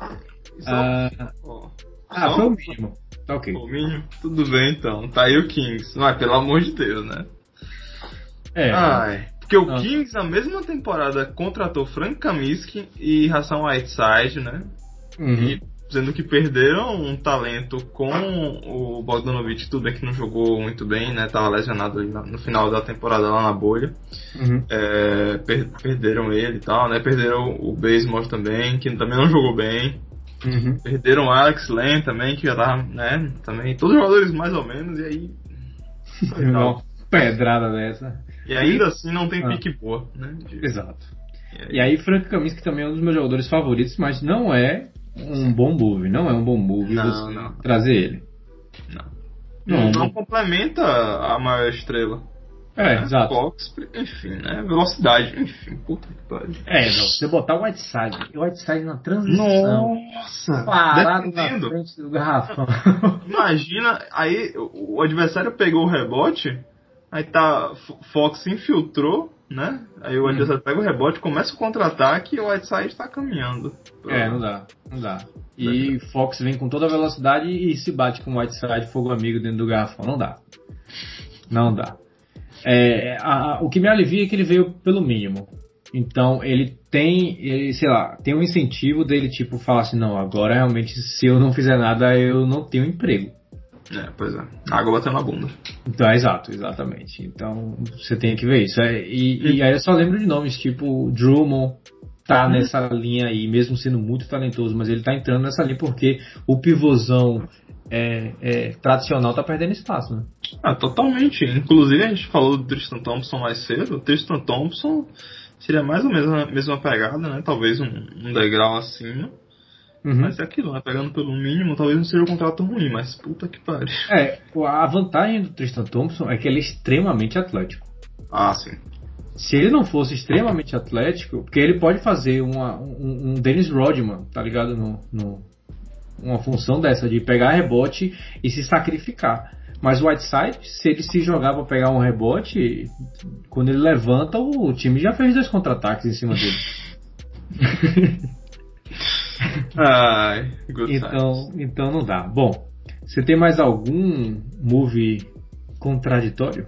Speaker 1: Foi o mínimo. Tá ok.
Speaker 2: O mínimo? Tudo bem então. Tá aí o Kings. Mas pelo amor de Deus, né? Porque o Kings, na mesma temporada, contratou Frank Kaminsky e Hassan Whiteside, né? E dizendo que perderam um talento com o Bogdanovic, tudo bem que não jogou muito bem, né? Tava lesionado ali no final da temporada lá na bolha. Perderam ele e tal, né? Perderam o Bazemore também, que também não jogou bem. Perderam o Alex Len também, que já tava, né? Também, todos os jogadores mais ou menos, e aí...
Speaker 1: Uma pedrada dessa.
Speaker 2: E ainda assim não tem pique boa, né?
Speaker 1: Exato. E aí Frank Kaminsky também é um dos meus jogadores favoritos, mas não é um bom move. Não é um bom move não. Trazer ele.
Speaker 2: Não complementa a maior estrela.
Speaker 1: Exato.
Speaker 2: Fox, enfim, né? Velocidade, enfim, puta que pariu.
Speaker 1: Você botar o Whiteside na transição.
Speaker 2: Nossa!
Speaker 1: Parado na frente do garrafão.
Speaker 2: Imagina, aí o adversário pegou o rebote, aí Fox se infiltrou, né? Aí o adversário pega o rebote, começa o contra-ataque e o Whiteside tá caminhando.
Speaker 1: Não dá. E Fox vem com toda a velocidade e se bate com o Whiteside, fogo amigo dentro do garrafão. Não dá. O que me alivia é que ele veio pelo mínimo. Então ele tem um incentivo dele, tipo, falar assim, não, agora realmente se eu não fizer nada eu não tenho emprego.
Speaker 2: Pois é. Água bateu na bunda.
Speaker 1: Então, exatamente. Então você tem que ver isso. E aí eu só lembro de nomes, tipo Drummond tá nessa linha aí, mesmo sendo muito talentoso, mas ele tá entrando nessa linha porque o pivôzão tradicional tá perdendo espaço, né?
Speaker 2: Totalmente. Inclusive a gente falou do Tristan Thompson mais cedo. O Tristan Thompson seria mais ou menos a mesma pegada, né? Talvez um degrau acima. Mas é aquilo, né? Pegando pelo mínimo, talvez não seja um contrato ruim, mas puta que pariu.
Speaker 1: A vantagem do Tristan Thompson é que ele é extremamente atlético.
Speaker 2: Sim.
Speaker 1: se ele não fosse extremamente atlético, porque ele pode fazer um Dennis Rodman, tá ligado? Uma função dessa, de pegar rebote e se sacrificar. Mas o Whiteside, se ele se jogar pra pegar um rebote, quando ele levanta, o time já fez 2 contra-ataques em cima dele. Então não dá. Bom, você tem mais algum move contraditório?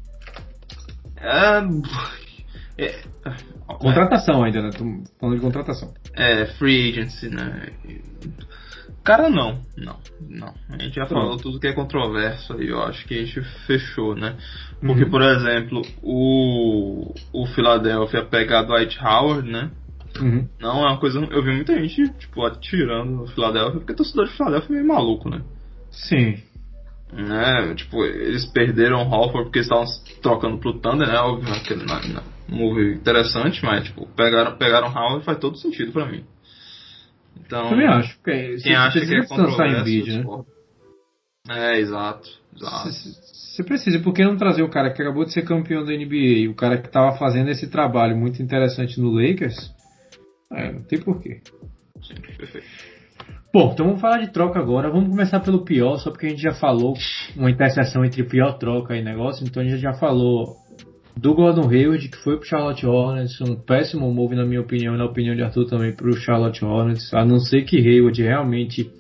Speaker 1: Contratação ainda, né? Tô falando de contratação.
Speaker 2: Free agency, né? Cara, não. A gente já falou tudo que é controverso aí, eu acho que a gente fechou, né? Porque, por exemplo, o Philadelphia pegar Dwight Howard, né? Não é uma coisa... Eu vi muita gente, tipo, atirando o Philadelphia, porque o torcedor de Philadelphia é meio maluco, né?
Speaker 1: Sim.
Speaker 2: Né? Tipo, eles perderam o Horford porque estavam trocando pro Thunder, né? Óbvio, aquele move interessante, mas, tipo, pegaram o Howard faz todo sentido pra mim. Então,
Speaker 1: também acho. Porque
Speaker 2: quem acha que é controverso,
Speaker 1: vídeo,
Speaker 2: né? Exato.
Speaker 1: Você precisa, por que não trazer o cara que acabou de ser campeão da NBA, o cara que estava fazendo esse trabalho muito interessante no Lakers? Não tem porquê.
Speaker 2: Sim, perfeito.
Speaker 1: Bom, então vamos falar de troca agora. Vamos começar pelo pior, só porque a gente já falou uma interseção entre pior troca e negócio, então a gente já falou do Gordon Hayward, que foi pro Charlotte Hornets, um péssimo move na minha opinião e na opinião de Arthur também pro Charlotte Hornets, a não ser que Hayward realmente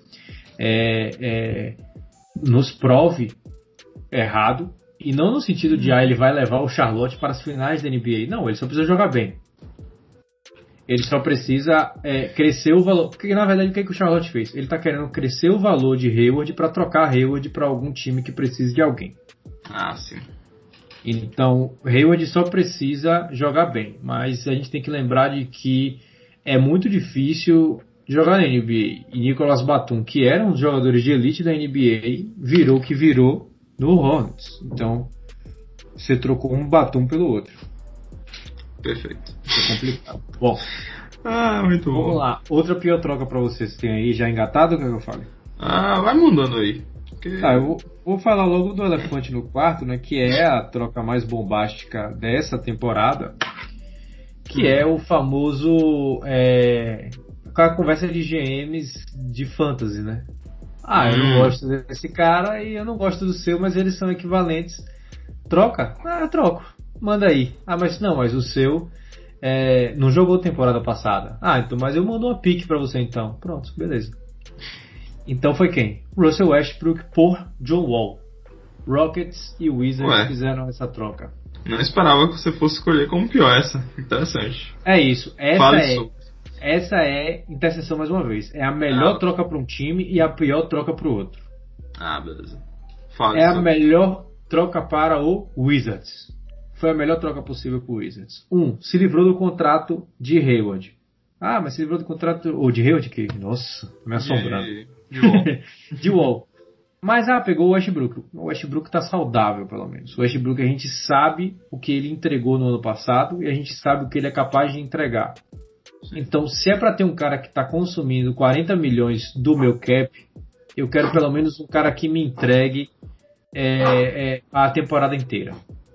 Speaker 1: nos prove errado, e não no sentido de ele vai levar o Charlotte para as finais da NBA, não, ele só precisa jogar bem. Ele só precisa crescer o valor, porque na verdade o que o Charlotte fez? Ele está querendo crescer o valor de Hayward para trocar Hayward para algum time que precise de alguém.
Speaker 2: Sim.
Speaker 1: Então, Hayward só precisa jogar bem, mas a gente tem que lembrar de que é muito difícil jogar na NBA. E Nicolas Batum, que era um dos jogadores de elite da NBA, virou o que virou no Hornets. Então, você trocou um Batum pelo outro.
Speaker 2: Perfeito.
Speaker 1: É complicado. Bom,
Speaker 2: muito bom.
Speaker 1: Vamos lá. Outra pior troca pra vocês tem aí já engatado, o que eu falo?
Speaker 2: Vai mandando aí.
Speaker 1: Eu vou falar logo do elefante no quarto, né? Que é a troca mais bombástica dessa temporada, que é o famoso a conversa de GMs de fantasy, né? Eu não gosto desse cara e eu não gosto do seu, mas eles são equivalentes. Troca? Eu troco. Manda aí. Mas o seu não jogou temporada passada. Então, mas eu mando uma pique pra você então. Pronto, beleza. Então foi quem? Russell Westbrook por John Wall. Rockets e Wizards fizeram essa troca.
Speaker 2: Não esperava que você fosse escolher como pior essa. Interessante.
Speaker 1: É isso. Essa é interseção mais uma vez. É a melhor troca para um time e a pior troca para o outro.
Speaker 2: Beleza.
Speaker 1: A melhor troca para o Wizards. Foi a melhor troca possível para o Wizards. Se livrou do contrato de Hayward. Mas se livrou do contrato... Ou de Hayward, que... Nossa, me assombrando. De Wall. Mas pegou o Westbrook. O Westbrook tá saudável, pelo menos. O Westbrook, a gente sabe o que ele entregou no ano passado e a gente sabe o que ele é capaz de entregar. Então, se é pra ter um cara que tá consumindo 40 milhões do meu cap, eu quero pelo menos um cara que me entregue a temporada inteira.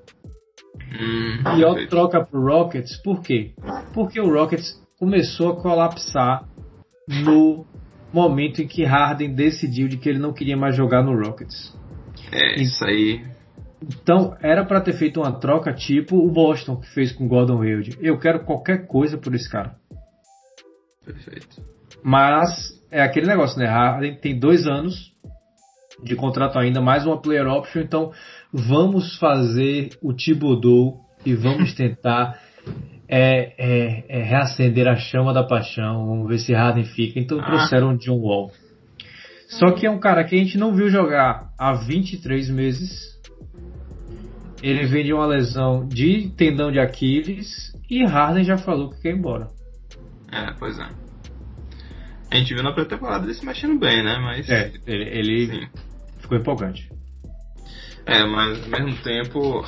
Speaker 1: E ó, troca pro Rockets, por quê? Porque o Rockets começou a colapsar no momento em que Harden decidiu de que ele não queria mais jogar no Rockets.
Speaker 2: Isso aí.
Speaker 1: Então, era pra ter feito uma troca tipo o Boston que fez com o Gordon Hayward. Eu quero qualquer coisa por esse cara.
Speaker 2: Perfeito.
Speaker 1: Mas, é aquele negócio, né? Harden tem 2 anos de contrato ainda, mais uma player option, então vamos fazer o Thibodeau e vamos tentar reacender a chama da paixão, vamos ver se Harden fica. Então trouxeram John Wall. Só que é um cara que a gente não viu jogar há 23 meses. Ele vem de uma lesão de tendão de Aquiles e Harden já falou que quer ir embora.
Speaker 2: Pois é. A gente viu na pré-temporada ele se mexendo bem, né? Mas
Speaker 1: ele ficou empolgante.
Speaker 2: Mas ao mesmo tempo,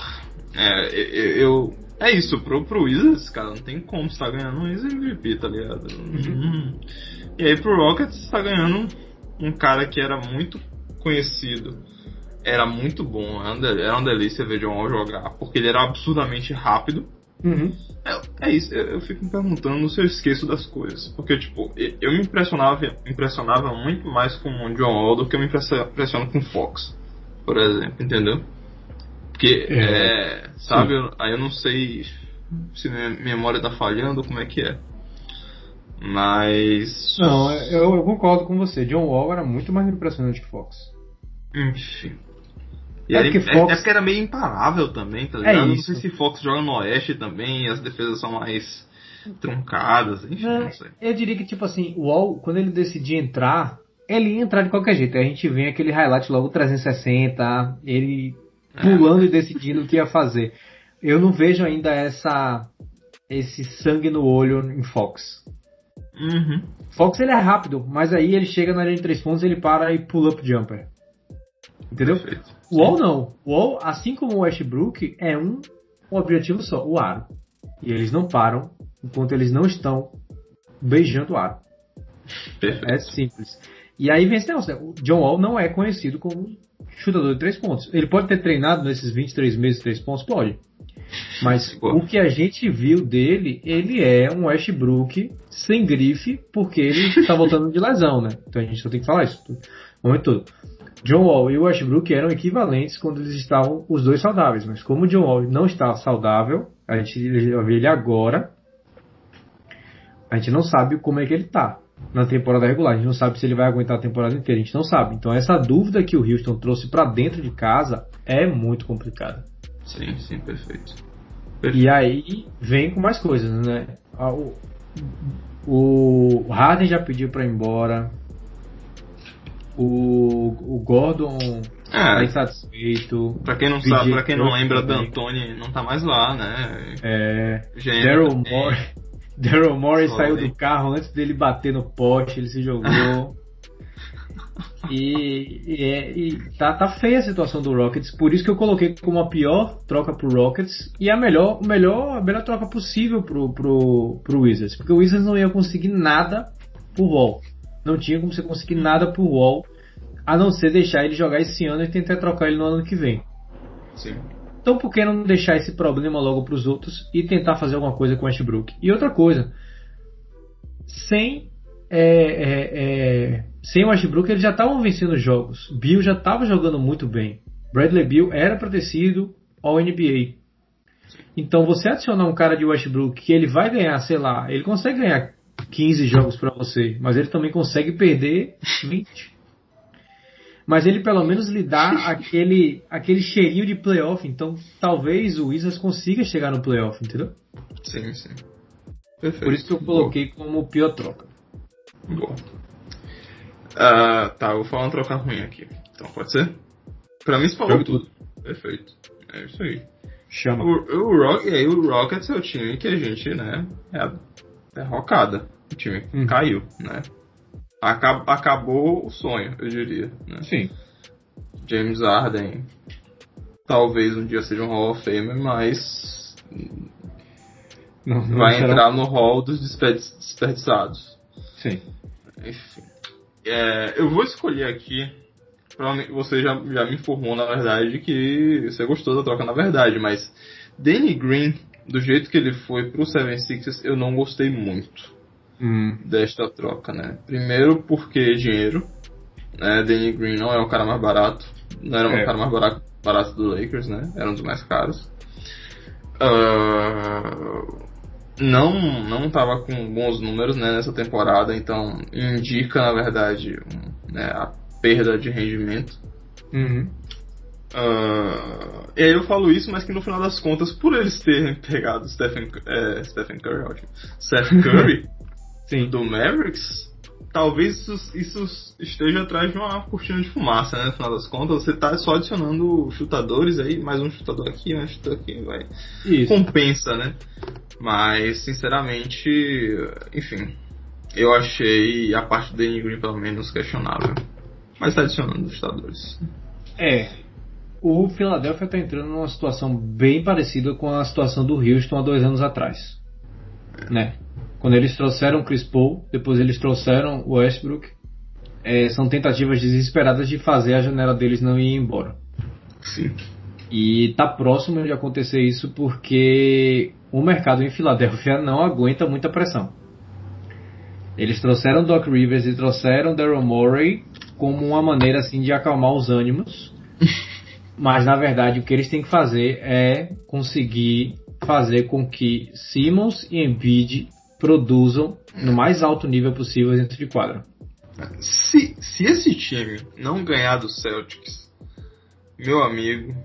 Speaker 2: é isso, pro Wizards, cara, não tem como você tá ganhando um MVP, tá ligado? E aí pro Rockets você tá ganhando um cara que era muito conhecido, era muito bom, era uma delícia ver John Wall jogar, porque ele era absurdamente rápido,
Speaker 1: Uhum.
Speaker 2: É isso, eu fico me perguntando se eu esqueço das coisas. Porque, tipo, eu me impressionava muito mais com o John Wall do que eu me impressiono com o Fox, por exemplo, entendeu? Porque, sabe, aí eu não sei se minha memória tá falhando ou como é que é. Mas...
Speaker 1: Não, eu concordo com você. John Wall era muito mais impressionante que Fox.
Speaker 2: Enfim. Porque era meio imparável também, tá ligado? Não sei se Fox joga no Oeste também, as defesas são mais truncadas, enfim, não sei.
Speaker 1: Eu diria que, tipo assim, o Wall, quando ele decidia entrar, ele ia entrar de qualquer jeito. A gente vê aquele highlight logo 360, ele pulando e decidindo o que ia fazer. Eu não vejo ainda esse sangue no olho em Fox.
Speaker 2: Uhum.
Speaker 1: Fox ele é rápido, mas aí ele chega na linha de 3 pontos, ele para e pull up jumper. Entendeu?
Speaker 2: Perfeito.
Speaker 1: O Wall não. O Wall, assim como o Westbrook, é um objetivo só, o aro. E eles não param enquanto eles não estão beijando o aro.
Speaker 2: Perfeito.
Speaker 1: É simples. E aí vem esse negócio, né? O John Wall não é conhecido como chutador de 3 pontos. Ele pode ter treinado nesses 23 meses de 3 pontos? Pode. Mas o que a gente viu dele, ele é um Westbrook sem grife, porque ele está voltando de lesão, né? Então a gente só tem que falar isso o momento todo. John Wall e o Westbrook eram equivalentes quando eles estavam os dois saudáveis, mas como o John Wall não está saudável, a gente vai ver ele agora, a gente não sabe como é que ele está na temporada regular, a gente não sabe se ele vai aguentar a temporada inteira, a gente não sabe. Então essa dúvida que o Houston trouxe para dentro de casa é muito complicada.
Speaker 2: Sim, perfeito.
Speaker 1: E aí vem com mais coisas, né? O Harden já pediu para ir embora. O Gordon tá insatisfeito.
Speaker 2: Pra quem não sabe, pra quem não lembra, D'Antoni não tá mais lá, né?
Speaker 1: Daryl Morey saiu do carro antes dele bater no poste, ele se jogou. E tá feia a situação do Rockets, por isso que eu coloquei como a pior troca pro Rockets e a melhor troca possível pro Wizards, porque o Wizards não ia conseguir nada pro Wall. Não tinha como você conseguir nada pro Wall, a não ser deixar ele jogar esse ano e tentar trocar ele no ano que vem.
Speaker 2: Sim.
Speaker 1: Então por que não deixar esse problema logo pros outros e tentar fazer alguma coisa com o Westbrook? E outra coisa, sem o Westbrook eles já estavam vencendo jogos. Beal já estava jogando muito bem. Bradley Beal era para ter sido All-NBA. Então você adicionar um cara de Westbrook que ele vai ganhar, sei lá, ele consegue ganhar 15 jogos para você, mas ele também consegue perder 20. Mas ele pelo menos lhe dá aquele cheirinho de playoff, então talvez o Wizards consiga chegar no playoff, entendeu?
Speaker 2: Sim. Perfeito.
Speaker 1: Por isso que eu coloquei como pior troca.
Speaker 2: Bom. Eu vou falar uma troca ruim aqui. Então pode ser? Pra mim você falou tudo. Perfeito. É isso aí.
Speaker 1: Chama.
Speaker 2: O Rockets é o time que a gente, né, é rocada. O time caiu, né? Acabou o sonho, eu diria, né?
Speaker 1: Sim.
Speaker 2: James Harden talvez um dia seja um Hall of Famer, mas não vai entrar no hall dos desperdiçados.
Speaker 1: Sim.
Speaker 2: Enfim. Eu vou escolher aqui. Você já me informou, na verdade, que você gostou da troca, na verdade, mas Danny Green, do jeito que ele foi pro 76ers, eu não gostei muito desta troca, né? Primeiro porque dinheiro, né? Danny Green não é o cara mais barato, não era o cara mais barato do Lakers, né? Era um dos mais caros. Não estava com bons números, né, nessa temporada, então indica, na verdade, né, a perda de rendimento. E aí eu falo isso, mas que no final das contas, por eles terem pegado Stephen Curry
Speaker 1: Sim.
Speaker 2: do Mavericks, talvez isso esteja atrás de uma cortina de fumaça, né? No final das contas, você tá só adicionando chutadores aí, mais um chutador aqui, um chutador aqui, vai. Isso. Compensa, né? Mas, sinceramente, enfim, eu achei a parte do Danny Green pelo menos questionável. Mas tá adicionando chutadores.
Speaker 1: O Philadelphia tá entrando numa situação bem parecida com a situação do Houston há 2 anos atrás, né? Quando eles trouxeram o Chris Paul, depois eles trouxeram o Westbrook, são tentativas desesperadas de fazer a janela deles não ir embora.
Speaker 2: Sim.
Speaker 1: E tá próximo de acontecer isso porque o mercado em Filadélfia não aguenta muita pressão. Eles trouxeram Doc Rivers e trouxeram Daryl Morey como uma maneira assim de acalmar os ânimos. Mas na verdade o que eles têm que fazer é conseguir fazer com que Simmons e Embiid produzam no mais alto nível possível dentro de quadra.
Speaker 2: Se esse time não ganhar do Celtics, meu amigo...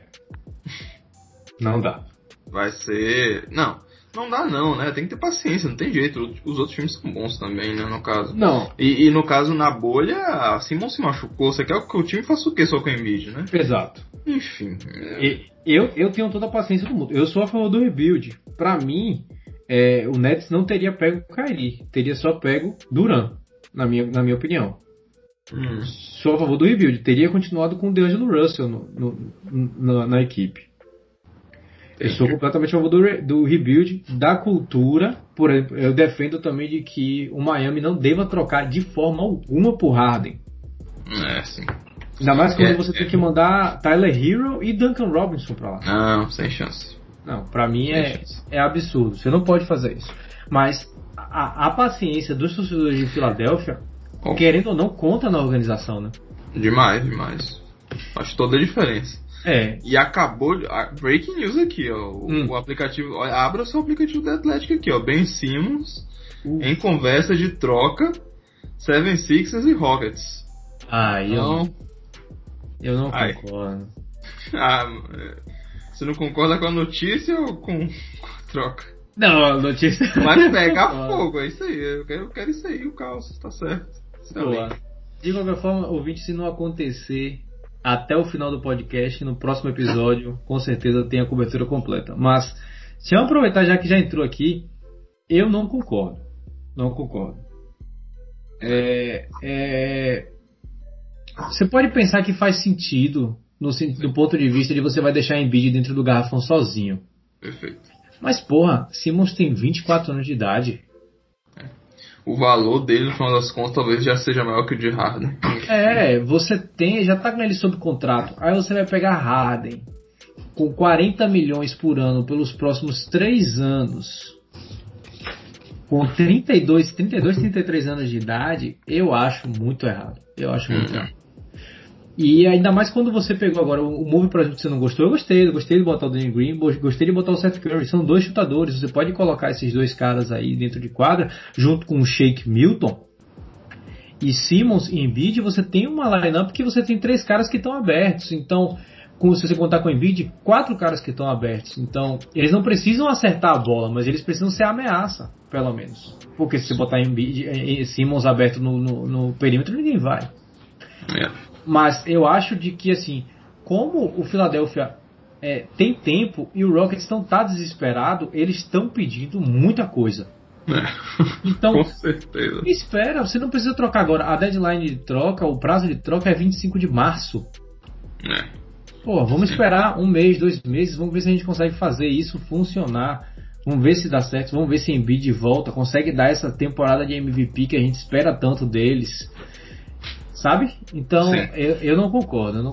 Speaker 1: Não dá.
Speaker 2: Vai ser... Não dá não, né? Tem que ter paciência, não tem jeito. Os outros times são bons também, né, no caso.
Speaker 1: Não.
Speaker 2: E no caso, na bolha, a Simmons se machucou. Você quer que o time faça o quê só com o Embiid, né?
Speaker 1: Exato.
Speaker 2: Enfim.
Speaker 1: Eu tenho toda a paciência do mundo. Eu sou a favor do rebuild. Pra mim, o Nets não teria pego o Kyrie. Teria só pego Durant, na minha opinião. Sou a favor do rebuild. Teria continuado com o DeAngelo Russell na equipe. Eu sou completamente a favor do rebuild, da cultura. Por exemplo, eu defendo também de que o Miami não deva trocar de forma alguma por Harden.
Speaker 2: Sim.
Speaker 1: Ainda mais quando você tem que mandar Tyler Hero e Duncan Robinson pra lá.
Speaker 2: Não, sem chance.
Speaker 1: Não, pra mim é absurdo. Você não pode fazer isso. Mas a paciência dos torcedores de Filadélfia, querendo ou não, conta na organização, né?
Speaker 2: Demais. Faz toda a diferença. E acabou... Breaking news aqui, ó. O aplicativo... Abra o seu aplicativo da Atlética aqui, ó. Ben Simmons em conversa de troca 76ers e Rockets.
Speaker 1: Eu não concordo.
Speaker 2: Você não concorda com a notícia ou com a troca?
Speaker 1: Não, a notícia...
Speaker 2: Mas pega fogo, é isso aí. Eu quero isso aí, o caos, tá certo.
Speaker 1: De qualquer forma, ouvinte, se não acontecer... Até o final do podcast, no próximo episódio, com certeza tem a cobertura completa. Mas, se eu aproveitar já que já entrou aqui, eu não concordo. Não concordo. Você pode pensar que faz sentido, do ponto de vista de você vai deixar Embiid dentro do garrafão sozinho.
Speaker 2: Perfeito.
Speaker 1: Mas, porra, Simmons tem 24 anos de idade.
Speaker 2: O valor dele, no final das contas, talvez já seja maior que o de Harden.
Speaker 1: Você já tá com ele sob contrato. Aí você vai pegar Harden com 40 milhões por ano pelos próximos 3 anos. Com 33 anos de idade, eu acho muito errado. Muito errado. E ainda mais quando você pegou agora o move, por exemplo, que você não gostou. Eu gostei de botar o Danny Green, gostei de botar o Seth Curry. São 2 chutadores. Você pode colocar esses 2 caras aí dentro de quadra, junto com o Shake Milton. E Simmons e Embiid, você tem uma lineup que você tem 3 caras que estão abertos. Então, se você contar com o Embiid, 4 caras que estão abertos. Então, eles não precisam acertar a bola, mas eles precisam ser ameaça, pelo menos. Porque se você botar Simmons aberto no perímetro, ninguém vai. Mas eu acho de que, assim, como o Philadelphia tem tempo e o Rockets tá desesperado, eles estão pedindo muita coisa. Então,
Speaker 2: com certeza.
Speaker 1: Espera, você não precisa trocar agora. A deadline de troca, o prazo de troca é 25 de março. Vamos esperar 1 mês, 2 meses, vamos ver se a gente consegue fazer isso funcionar. Vamos ver se dá certo, vamos ver se Embiid volta, consegue dar essa temporada de MVP que a gente espera tanto deles. Sabe? Então, eu não concordo,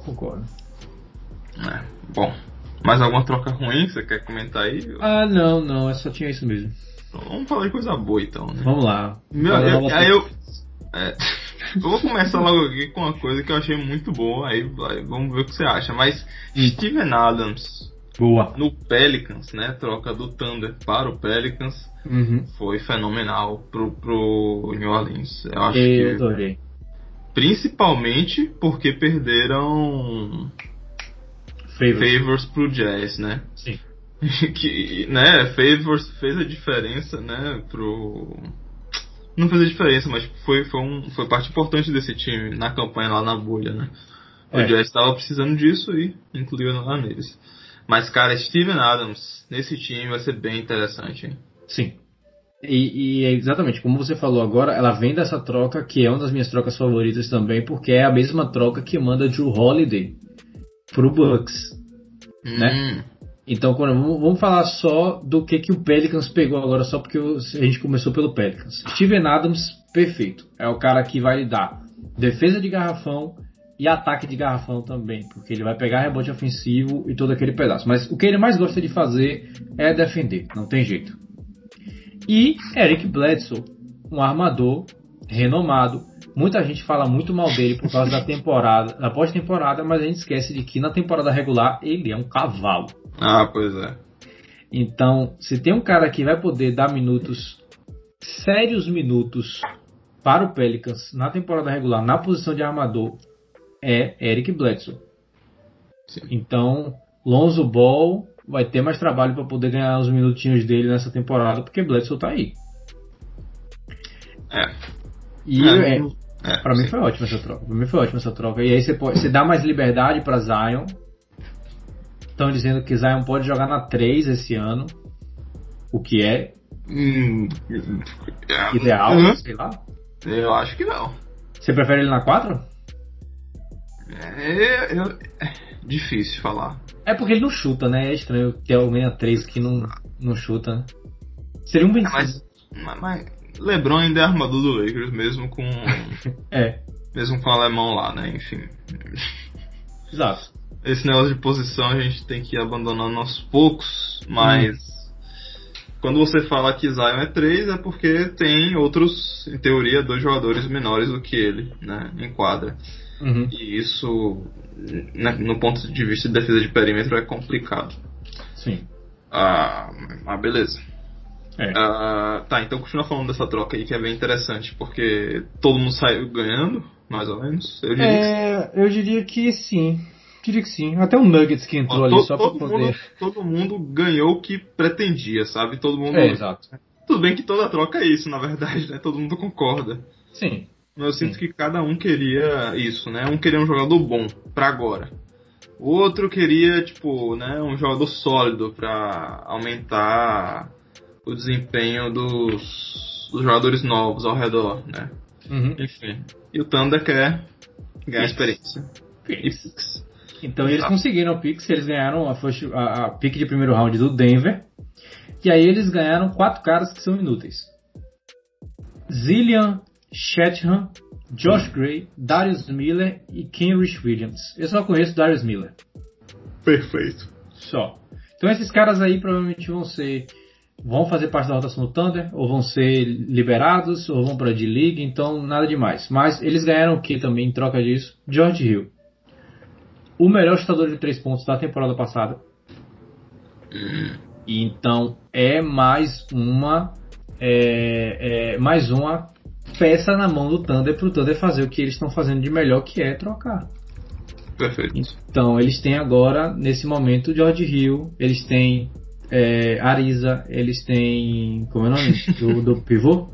Speaker 2: Bom, mais alguma troca ruim que você quer comentar aí?
Speaker 1: Não, só tinha isso mesmo.
Speaker 2: Vamos falar de coisa boa então, né?
Speaker 1: Vamos lá.
Speaker 2: Eu vou começar logo aqui com uma coisa que eu achei muito boa, aí vamos ver o que você acha. Mas Steven Adams,
Speaker 1: boa,
Speaker 2: no Pelicans, né? Troca do Thunder para o Pelicans, foi fenomenal pro New Orleans. Eu acho que
Speaker 1: adorei.
Speaker 2: Principalmente porque perderam Favors pro Jazz, né?
Speaker 1: Sim.
Speaker 2: Que, né, Favors fez a diferença, né, não fez a diferença, mas foi parte importante desse time na campanha lá na bolha, né? O Jazz estava precisando disso e incluiu lá neles. Mas, cara, Steven Adams nesse time vai ser bem interessante, hein?
Speaker 1: Sim. E exatamente, como você falou agora, ela vem dessa troca, que é uma das minhas trocas favoritas também, porque é a mesma troca que manda Jrue Holiday pro Bucks, né? Então, vamos falar só do que o Pelicans pegou agora, só porque a gente começou pelo Pelicans. Steven Adams, perfeito. É o cara que vai dar defesa de garrafão e ataque de garrafão também, porque ele vai pegar rebote ofensivo e todo aquele pedaço. Mas o que ele mais gosta de fazer é defender, não tem jeito. E Eric Bledsoe, um armador renomado. Muita gente fala muito mal dele por causa da temporada, da pós-temporada, mas a gente esquece de que na temporada regular ele é um cavalo.
Speaker 2: Ah, pois é.
Speaker 1: Então, se tem um cara que vai poder dar minutos, sérios minutos, para o Pelicans na temporada regular, na posição de armador, é Eric Bledsoe.
Speaker 2: Sim.
Speaker 1: Então, Lonzo Ball vai ter mais trabalho para poder ganhar os minutinhos dele nessa temporada, porque Bledsoe tá aí. Para mim foi ótima essa troca. E aí você dá mais liberdade para Zion. Estão dizendo que Zion pode jogar na 3 esse ano, o que é ideal, sei lá.
Speaker 2: Eu acho que não.
Speaker 1: Você prefere ele na 4?
Speaker 2: Difícil falar.
Speaker 1: É porque ele não chuta, né? É estranho ter alguém na 3 que não chuta, né? Seria um vencido.
Speaker 2: Mas LeBron ainda é armador do Lakers, mesmo com mesmo com o alemão lá, né? Enfim.
Speaker 1: Exato.
Speaker 2: Esse negócio de posição a gente tem que ir abandonando aos poucos, mas quando você fala que Zion é 3 é porque tem outros, em teoria, 2 jogadores menores do que ele, né, em quadra. E isso, né, no ponto de vista de defesa de perímetro, é complicado.
Speaker 1: Sim.
Speaker 2: Mas beleza. Tá, então continua falando dessa troca aí que é bem interessante, porque todo mundo saiu ganhando, mais ou menos.
Speaker 1: Eu diria que sim. Até o Nuggets que entrou ali só pra poder...
Speaker 2: Todo mundo ganhou o que pretendia, sabe? Todo mundo...
Speaker 1: exato.
Speaker 2: Tudo bem que toda troca é isso, na verdade, né? Todo mundo concorda.
Speaker 1: Sim.
Speaker 2: Mas eu sinto que cada um queria isso, né? Um queria um jogador bom pra agora. O outro queria, tipo, né, um jogador sólido pra aumentar o desempenho dos jogadores novos ao redor, né? Enfim. E o Thunder quer ganhar experiência.
Speaker 1: Picks. Então eles conseguiram o Picks, eles ganharam a pick de primeiro round do Denver. E aí eles ganharam 4 caras que são inúteis. Zillian Chatham, Josh Gray, Darius Miller e Kenrich Williams. Eu só conheço Darius Miller.
Speaker 2: Perfeito.
Speaker 1: Só. Então esses caras aí provavelmente vão fazer parte da rotação do Thunder, ou vão ser liberados, ou vão para a D-League, então nada demais. Mas eles ganharam o que também em troca disso? George Hill. O melhor chutador de 3 pontos da temporada passada. E então é mais uma peça na mão do Thunder para o Thunder fazer o que eles estão fazendo de melhor, que é trocar.
Speaker 2: Perfeito.
Speaker 1: Então eles têm agora, nesse momento, George Hill, eles têm Ariza, eles têm... Como é o nome? do pivô?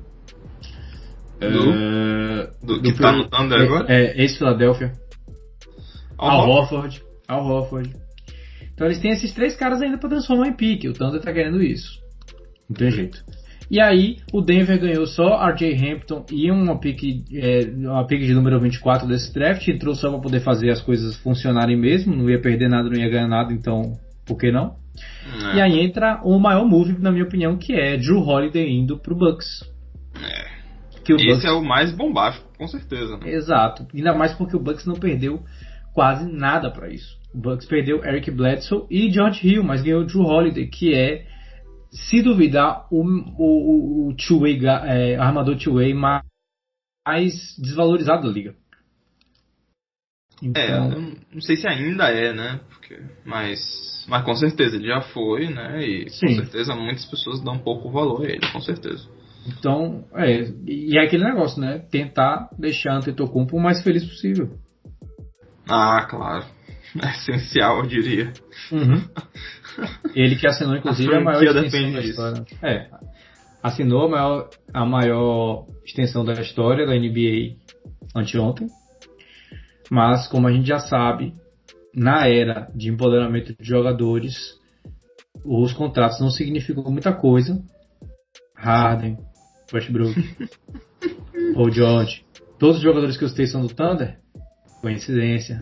Speaker 2: Do que tá no Thunder agora?
Speaker 1: Ex-Philadelphia. Al Horford. Então eles têm esses 3 caras ainda para transformar em pique. O Thunder tá querendo isso. Não tem jeito. E aí o Denver ganhou só RJ Hampton e uma pique de número 24 desse draft. Entrou só para poder fazer as coisas funcionarem mesmo. Não ia perder nada, não ia ganhar nada, então por que não? E aí entra o maior move, na minha opinião, que é Jrue Holiday indo pro Bucks.
Speaker 2: Esse é o mais bombástico, com certeza. Né?
Speaker 1: Exato. Ainda mais porque o Bucks não perdeu quase nada para isso. O Bucks perdeu Eric Bledsoe e George Hill, mas ganhou o Jrue Holiday, que é, se duvidar, o two-way, armador two-way mais desvalorizado da liga.
Speaker 2: Então... eu não sei se ainda é, né? Mas com certeza ele já foi, né? E com certeza muitas pessoas dão pouco valor a ele, com certeza.
Speaker 1: Então, e é aquele negócio, né? Tentar deixar Antetokounmpo o mais feliz possível.
Speaker 2: Claro. É essencial, eu diria.
Speaker 1: Ele que assinou, inclusive, a maior extensão da história. Assinou a maior extensão da história da NBA anteontem. Mas, como a gente já sabe, na era de empoderamento de jogadores, os contratos não significam muita coisa. Harden, Westbrook, Paul George, todos os jogadores que eu citei são do Thunder. Coincidência.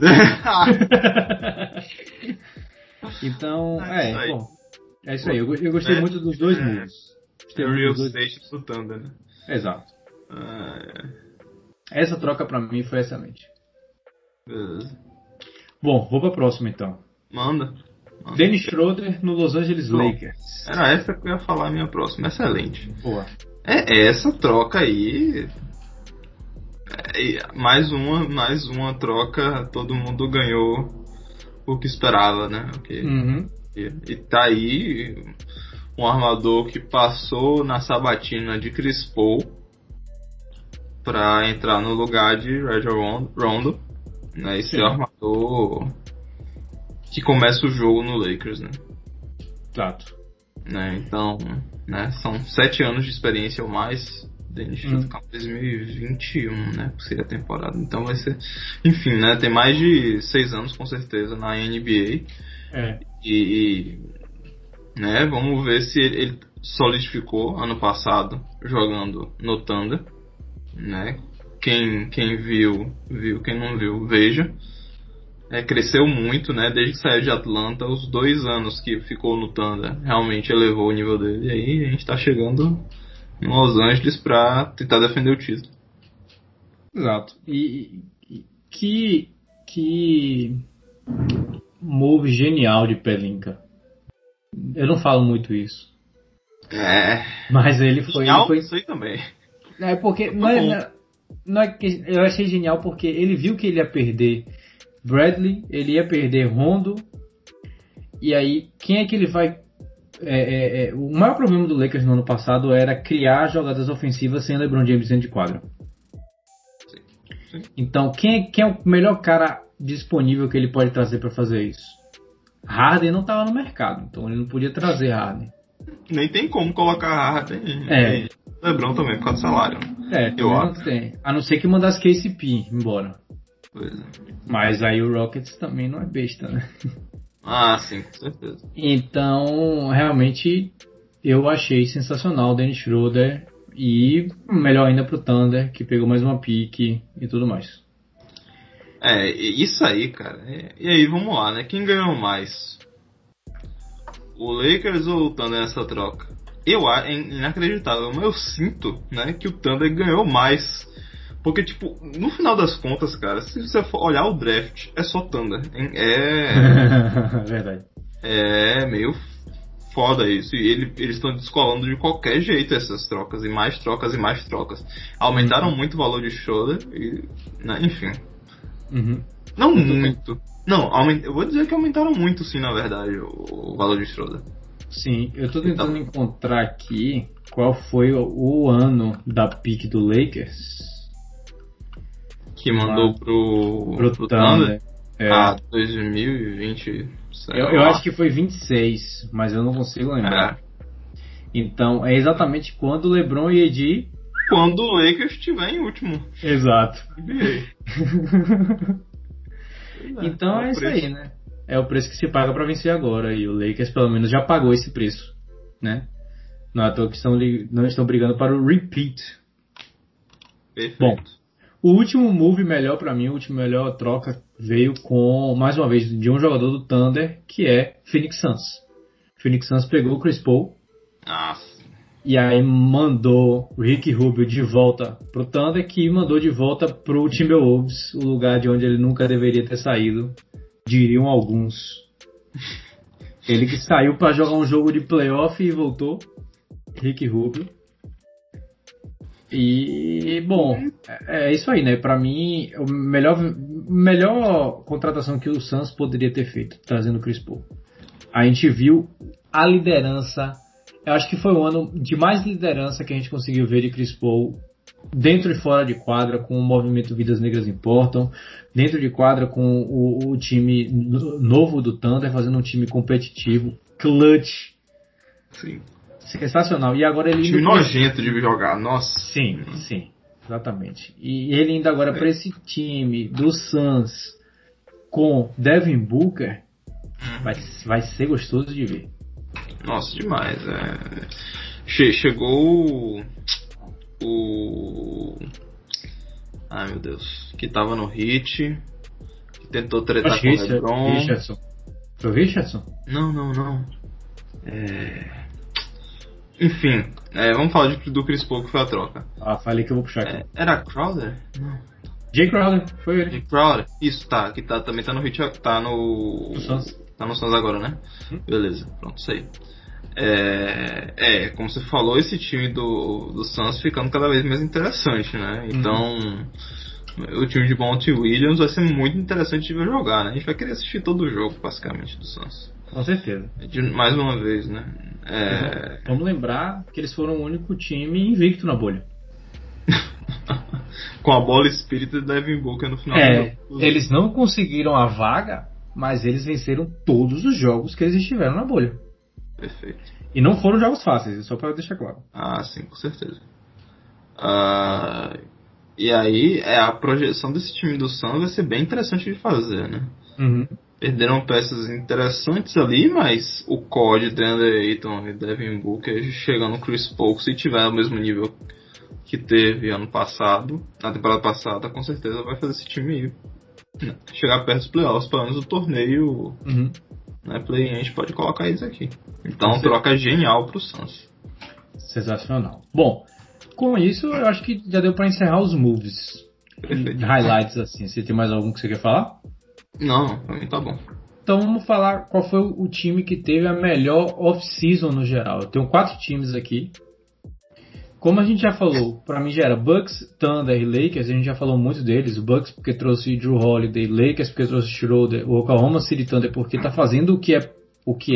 Speaker 1: Então, é isso aí. Eu gostei muito dos dois moves.
Speaker 2: Real estate do Thunder, né?
Speaker 1: Exato. Essa troca pra mim foi excelente.
Speaker 2: Beleza.
Speaker 1: Bom, vou pra próxima então.
Speaker 2: Manda.
Speaker 1: Dennis Schroeder no Los Angeles Lakers.
Speaker 2: Era essa que eu ia falar, a minha próxima. Excelente.
Speaker 1: Boa.
Speaker 2: Essa troca aí. Mais uma troca, todo mundo ganhou o que esperava, né? E tá aí um armador que passou na sabatina de Chris Paul pra entrar no lugar de Rajon Rondo, né? E ser o armador que começa o jogo no Lakers, né?
Speaker 1: Exato.
Speaker 2: Né? Então, né? São 7 anos de experiência ou mais. Dennis Schroeder ficar em 2021, né? Por ser a temporada. Então vai ser... Enfim, né? Tem mais de 6 anos com certeza na NBA. E né? Vamos ver se ele solidificou ano passado jogando no Thunder, né? Quem viu, quem não viu, veja. Cresceu muito, né? Desde que saiu de Atlanta, os 2 anos que ficou no Thunder realmente elevou o nível dele. E aí a gente tá chegando em Los Angeles pra tentar defender o título.
Speaker 1: Exato. E que move genial de Pelinka. Eu não falo muito isso. Mas ele foi...
Speaker 2: Genial, isso aí também.
Speaker 1: Porque não é que eu achei genial porque ele viu que ele ia perder Bradley, ele ia perder Rondo, e aí quem é que ele vai... o maior problema do Lakers no ano passado era criar jogadas ofensivas sem LeBron James dentro de quadra. Sim. Então quem é o melhor cara disponível que ele pode trazer para fazer isso? Harden não estava no mercado, então ele não podia trazer Harden.
Speaker 2: Nem tem como colocar Harden e LeBron também, por causa do salário.
Speaker 1: Eu acho. Não tem. A não ser que mandasse KCP embora.
Speaker 2: Pois é.
Speaker 1: Mas aí o Rockets também não é besta, né?
Speaker 2: Sim, com certeza.
Speaker 1: Então, realmente, eu achei sensacional o Dennis Schroeder. E melhor ainda pro Thunder, que pegou mais uma pique e tudo mais.
Speaker 2: Isso aí, cara. E aí, vamos lá, né? Quem ganhou mais? O Lakers ou o Thunder nessa troca? É inacreditável, mas eu sinto, né, que o Thunder ganhou mais. Porque, tipo, no final das contas, cara, se você for olhar o draft, é só Thunder.
Speaker 1: Verdade.
Speaker 2: É meio foda isso. E eles estão descolando de qualquer jeito essas trocas. E mais trocas e mais trocas. Aumentaram muito o valor de Schroeder. Né, enfim. Não muito. Não, eu vou dizer que aumentaram muito, sim, na verdade, o valor de Schroeder.
Speaker 1: Sim, eu tô tentando encontrar aqui qual foi o ano da pick do Lakers.
Speaker 2: Que mandou pro Thunder? 2020.
Speaker 1: Eu acho que foi 26, mas eu não consigo lembrar. Então, é exatamente quando o LeBron e AD...
Speaker 2: Quando o Lakers estiver em último.
Speaker 1: Exato. Então é isso aí, né? É o preço que se paga pra vencer agora. E o Lakers pelo menos já pagou esse preço, né? Não é à toa que não estão brigando para o repeat.
Speaker 2: Perfeito.
Speaker 1: Bom, o último move melhor pra mim, a última melhor troca veio com, mais uma vez, de um jogador do Thunder, que é Phoenix Suns. Phoenix Suns pegou o Chris Paul. E aí mandou o Ricky Rubio de volta pro Thunder, que mandou de volta pro Timberwolves, o lugar de onde ele nunca deveria ter saído, diriam alguns. Ele que saiu para jogar um jogo de playoff e voltou, Ricky Rubio. E, bom, é isso aí, né? Pra mim, a melhor contratação que o Suns poderia ter feito, trazendo o Chris Paul. A gente viu a liderança. Eu acho que foi o ano de mais liderança que a gente conseguiu ver de Chris Paul dentro e fora de quadra, com o movimento Vidas Negras Importam, dentro de quadra com o time novo do Thunder, fazendo um time competitivo, clutch.
Speaker 2: Sim.
Speaker 1: Sensacional. E agora ele...
Speaker 2: time nojento de jogar, nossa.
Speaker 1: Sim, exatamente. E ele indo agora para esse time do Suns com Devin Booker, vai ser gostoso de ver.
Speaker 2: Nossa, demais. Chegou ai meu Deus, que tava no Heat, que tentou tretar com o LeBron.
Speaker 1: Richardson. Foi o Richardson?
Speaker 2: Não. Enfim, vamos falar do Chris Paul, que foi a troca.
Speaker 1: Falei que eu vou puxar aqui.
Speaker 2: Era Crowder? Não.
Speaker 1: Jay Crowder, foi ele.
Speaker 2: Jay Crowder, isso, também tá no Heat, tá no
Speaker 1: Suns.
Speaker 2: Tá no Suns agora, né? Beleza, pronto, isso aí. Como você falou, esse time do Suns ficando cada vez mais interessante, né? Então, o time de Monty Williams vai ser muito interessante de ver jogar, né? A gente vai querer assistir todo o jogo, basicamente, do Suns.
Speaker 1: Com certeza.
Speaker 2: Mais uma vez, né?
Speaker 1: Vamos lembrar que eles foram o único time invicto na bolha.
Speaker 2: Com a bola espírita de Devin Booker no final do jogo.
Speaker 1: Eles não conseguiram a vaga, mas eles venceram todos os jogos que eles estiveram na bolha.
Speaker 2: Perfeito.
Speaker 1: E não foram jogos fáceis, só para deixar claro.
Speaker 2: Ah, sim, com certeza. E aí, a projeção desse time do Suns vai ser bem interessante de fazer, né? Perderam peças interessantes ali, mas o Cody, DeAndre Ayton e Devin Booker chegando no Chris Paul, se tiver o mesmo nível que teve ano passado, na temporada passada, com certeza vai fazer esse time chegar perto dos playoffs, pelo menos o torneio, né, play-in, a gente pode colocar eles aqui. Então, troca genial pro Suns.
Speaker 1: Sensacional. Bom, com isso, eu acho que já deu pra encerrar os moves.
Speaker 2: Perfeito.
Speaker 1: Highlights, assim. Você tem mais algum que você quer falar?
Speaker 2: Não, pra mim tá bom.
Speaker 1: Então vamos falar qual foi o time que teve a melhor off-season no geral. Eu tenho 4 times aqui. Como a gente já falou, pra mim já era Bucks, Thunder e Lakers. A gente já falou muito deles. O Bucks porque trouxe Drew Holiday, Lakers porque trouxe Schroeder, o Oklahoma City Thunder porque tá fazendo o que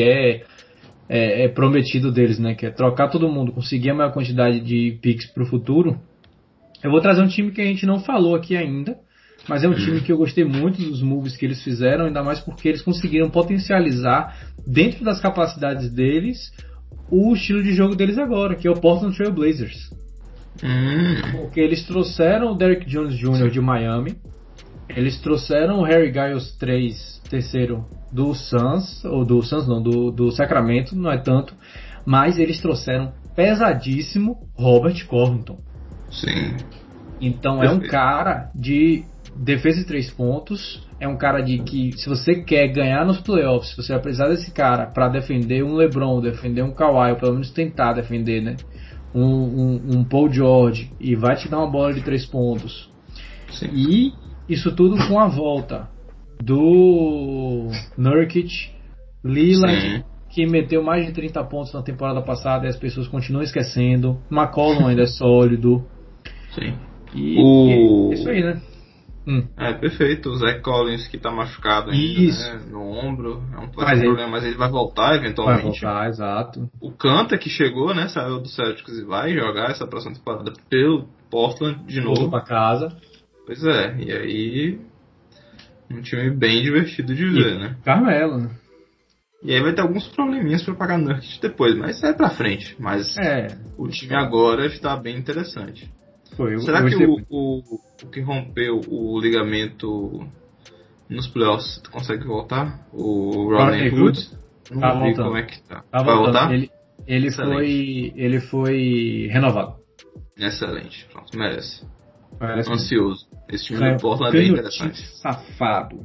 Speaker 1: é prometido deles, né? Que é trocar todo mundo, conseguir a maior quantidade de picks pro futuro. Eu vou trazer um time que a gente não falou aqui ainda, mas é um time que eu gostei muito dos moves que eles fizeram, ainda mais porque eles conseguiram potencializar dentro das capacidades deles o estilo de jogo deles agora, que é o Portland Trail Blazers. Porque eles trouxeram o Derrick Jones Jr. de Miami, eles trouxeram o Harry Giles terceiro do Suns, ou do Suns não, do Sacramento, não é tanto, mas eles trouxeram pesadíssimo Robert Covington.
Speaker 2: Sim.
Speaker 1: Então é um cara de defesa de 3 pontos, é um cara de que se você quer ganhar nos playoffs, você vai precisar desse cara para defender um LeBron, defender um Kawhi, ou pelo menos tentar defender, né? Um Paul George, e vai te dar uma bola de 3 pontos.
Speaker 2: Sim.
Speaker 1: E isso tudo com a volta do Nurkic, Lillard, que meteu mais de 30 pontos na temporada passada e as pessoas continuam esquecendo. McCollum ainda é sólido.
Speaker 2: Sim.
Speaker 1: E é isso aí, né?
Speaker 2: Perfeito. O Zach Collins que tá machucado ainda, né? No ombro. É um problema, mas ele vai voltar eventualmente.
Speaker 1: Vai voltar, exato.
Speaker 2: O Kanta que chegou, né? Saiu do Celtics e vai jogar essa próxima temporada pelo Portland de novo.
Speaker 1: Pra casa.
Speaker 2: Pois é, e aí um time bem divertido de ver, né?
Speaker 1: Carmelo, né?
Speaker 2: E aí vai ter alguns probleminhas pra pagar Nurkic depois, mas é pra frente. Mas o time agora está bem interessante. Será que o que rompeu o ligamento nos playoffs consegue voltar? O Rodney Hood? Não vi como é que tá. Vai voltar?
Speaker 1: Ele foi renovado.
Speaker 2: Excelente, pronto, merece. Ansioso. Esse time do Portland é bem interessante.
Speaker 1: Safado.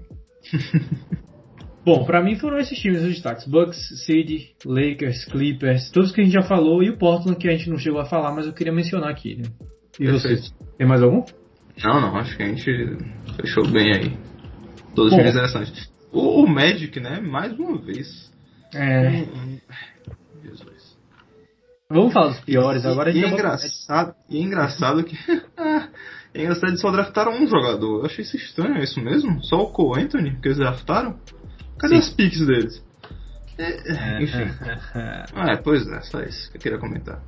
Speaker 1: Bom, pra mim foram esses times os destaques: Bucks, City, Lakers, Clippers, todos que a gente já falou, e o Portland que a gente não chegou a falar, mas eu queria mencionar aqui, né? E vocês? Tem mais algum?
Speaker 2: Não, acho que a gente fechou bem aí. Todos os times interessantes. O Magic, né? Mais uma vez. Jesus.
Speaker 1: Vamos falar dos piores agora.
Speaker 2: E é engraçado que é engraçado, eles só draftaram um jogador. Eu achei isso estranho, é isso mesmo? Só o Cole Anthony que eles draftaram? Cadê as picks deles? Enfim. Pois é, só isso que eu queria comentar.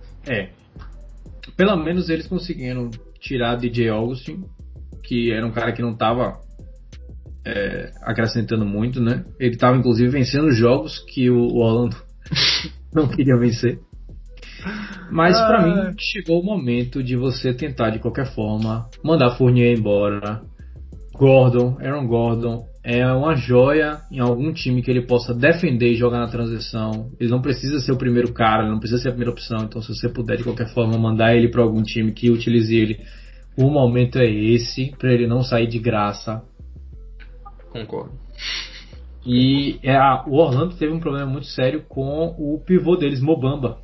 Speaker 1: Pelo menos eles conseguiram tirar DJ Augustin, que era um cara que não estava acrescentando muito, né? Ele estava inclusive vencendo jogos que o Orlando não queria vencer. Mas pra mim chegou o momento de você tentar de qualquer forma mandar Fournier embora. Aaron Gordon é uma joia em algum time que ele possa defender e jogar na transição. Ele não precisa ser o primeiro cara, ele não precisa ser a primeira opção. Então se você puder de qualquer forma mandar ele para algum time que utilize ele, o momento é esse, para ele não sair de graça.
Speaker 2: Concordo.
Speaker 1: E o Orlando teve um problema muito sério com o pivô deles, Mo Bamba.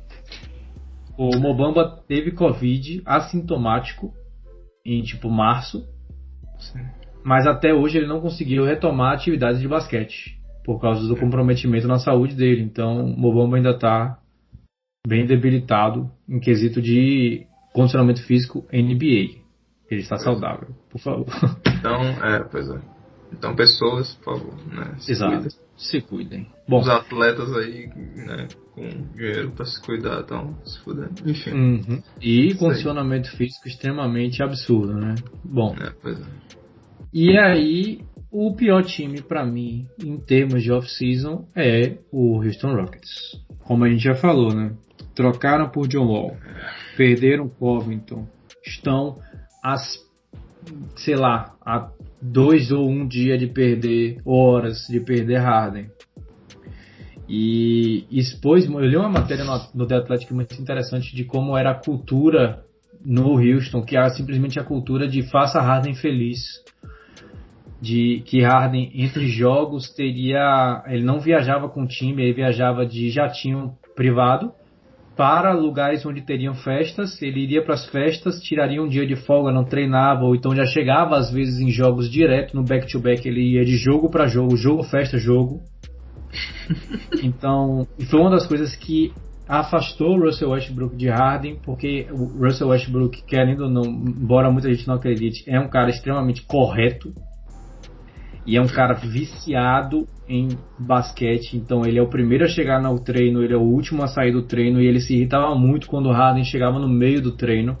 Speaker 1: O Mo Bamba teve Covid assintomático em março.
Speaker 2: Sim.
Speaker 1: Mas até hoje ele não conseguiu retomar atividades de basquete por causa do comprometimento na saúde dele. Então, o Mo Bamba ainda está bem debilitado em quesito de condicionamento físico NBA. Ele está saudável, por favor.
Speaker 2: Então, pois é. Então, pessoas, por favor, né?
Speaker 1: Se cuidem. Bom,
Speaker 2: os atletas aí, né, com dinheiro pra se cuidar, estão se fudendo. Enfim.
Speaker 1: Uhum. E condicionamento físico extremamente absurdo, né? Bom.
Speaker 2: Pois é.
Speaker 1: E aí, o pior time pra mim, em termos de off-season, é o Houston Rockets. Como a gente já falou, né? Trocaram por John Wall, perderam Covington, estão a 2 ou 1 dia de perder horas, de perder Harden. E expôs, eu li uma matéria no The Athletic muito interessante de como era a cultura no Houston, que era simplesmente a cultura de faça Harden feliz. De que Harden, entre jogos, ele não viajava com o time, ele viajava de jatinho privado para lugares onde teriam festas. Ele iria para as festas, tiraria um dia de folga, não treinava, ou então já chegava às vezes em jogos direto no back-to-back. Ele ia de jogo para jogo, festa, jogo. Então, foi uma das coisas que afastou o Russell Westbrook de Harden, porque o Russell Westbrook, querendo ou não, embora muita gente não acredite, é um cara extremamente correto. E é um cara viciado em basquete, então ele é o primeiro a chegar no treino, ele é o último a sair do treino, e ele se irritava muito quando o Harden chegava no meio do treino.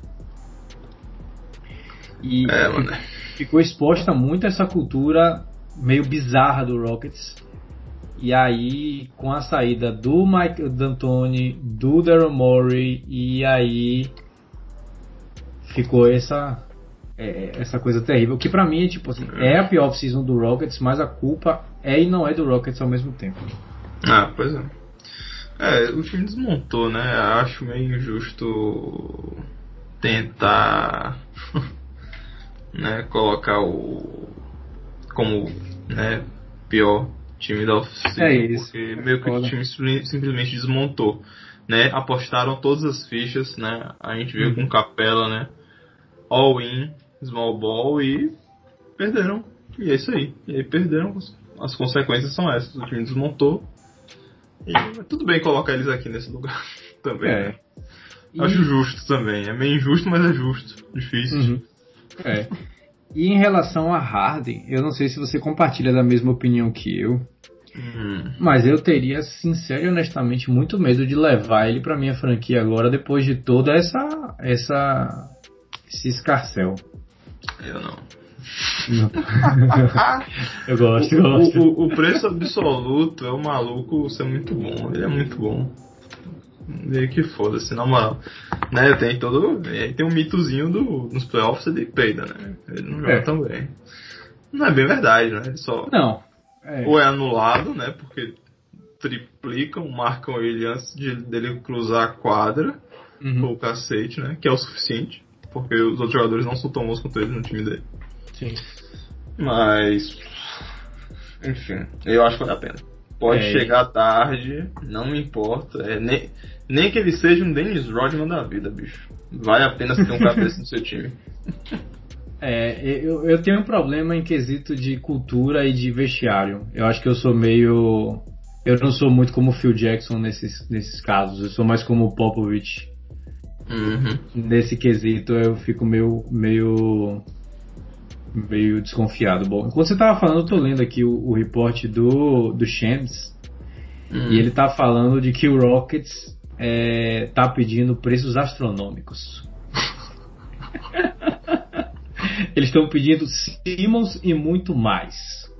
Speaker 1: E ficou exposta muito a essa cultura meio bizarra do Rockets. E aí, com a saída do Mike D'Antoni, do Daryl Morey, e aí ficou essa coisa terrível, que pra mim tipo assim, é a pior off-season do Rockets, mas a culpa é e não é do Rockets ao mesmo tempo.
Speaker 2: Pois é. O time desmontou, né? Acho meio injusto tentar né, colocar como né, pior time da off-season, porque meio que o time simplesmente desmontou, né? Apostaram todas as fichas, né? A gente veio com Capela, né? All-in, small ball, e perderam. E é isso aí. E aí perderam. As consequências são essas. O time desmontou. E tudo bem colocar eles aqui nesse lugar também. Né? Acho justo também. É meio injusto, mas é justo. Difícil.
Speaker 1: E em relação a Harden, eu não sei se você compartilha da mesma opinião que eu. Mas eu teria, sincero e honestamente, muito medo de levar ele pra minha franquia agora, depois de toda esse escarcéu.
Speaker 2: Eu não.
Speaker 1: Eu gosto.
Speaker 2: O preço absoluto é o maluco ser muito bom. Ele é muito bom. Meio que foda-se, na moral. Né, tem um mitozinho nos playoffs ele peida, né? Ele não joga tão bem. Não é bem verdade, né? Ele só.
Speaker 1: Não.
Speaker 2: Ou é anulado, né? Porque marcam ele antes dele cruzar a quadra. Ou o cacete, né? Que é o suficiente. Porque os outros jogadores não são tão bons quanto ele no time dele.
Speaker 1: Sim.
Speaker 2: Mas, enfim, eu acho que vale a pena. Pode chegar tarde, não me importa. Nem que ele seja um Dennis Rodman da vida, bicho. Vale a pena você ter um cabeça no seu time.
Speaker 1: Eu tenho um problema em quesito de cultura e de vestiário. Eu acho que eu sou meio... Eu não sou muito como o Phil Jackson nesses casos. Eu sou mais como o Popovich. Nesse quesito eu fico meio desconfiado. Bom, enquanto você tava falando, eu tô lendo aqui o report do Shams. E ele tá falando de que o Rockets tá pedindo preços astronômicos. Eles estão pedindo Simmons e muito mais.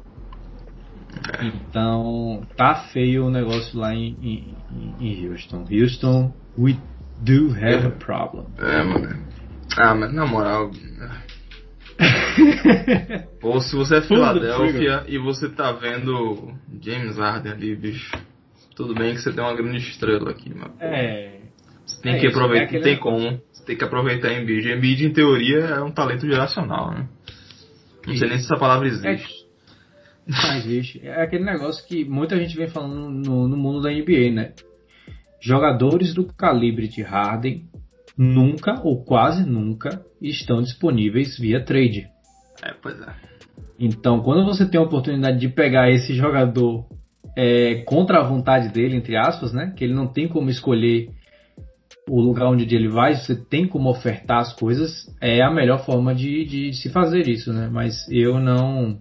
Speaker 1: Então tá feio o negócio lá em Houston. Houston, we do have a problem.
Speaker 2: Mano. Mas na moral. Ou se você é Filadélfia e você tá vendo James Harden ali, bicho. Tudo bem que você tem uma grande estrela aqui, mas você tem que aproveitar, não tem como. Você tem que aproveitar Embiid. Embiid, em teoria, é um talento geracional, né? Não sei nem se essa palavra existe.
Speaker 1: Existe. É aquele negócio que muita gente vem falando no mundo da NBA, né? Jogadores do calibre de Harden nunca ou quase nunca estão disponíveis via trade.
Speaker 2: Pois é.
Speaker 1: Então, quando você tem a oportunidade de pegar esse jogador contra a vontade dele, entre aspas, né? Que ele não tem como escolher o lugar onde ele vai, você tem como ofertar as coisas, é a melhor forma de se fazer isso, né? Mas eu não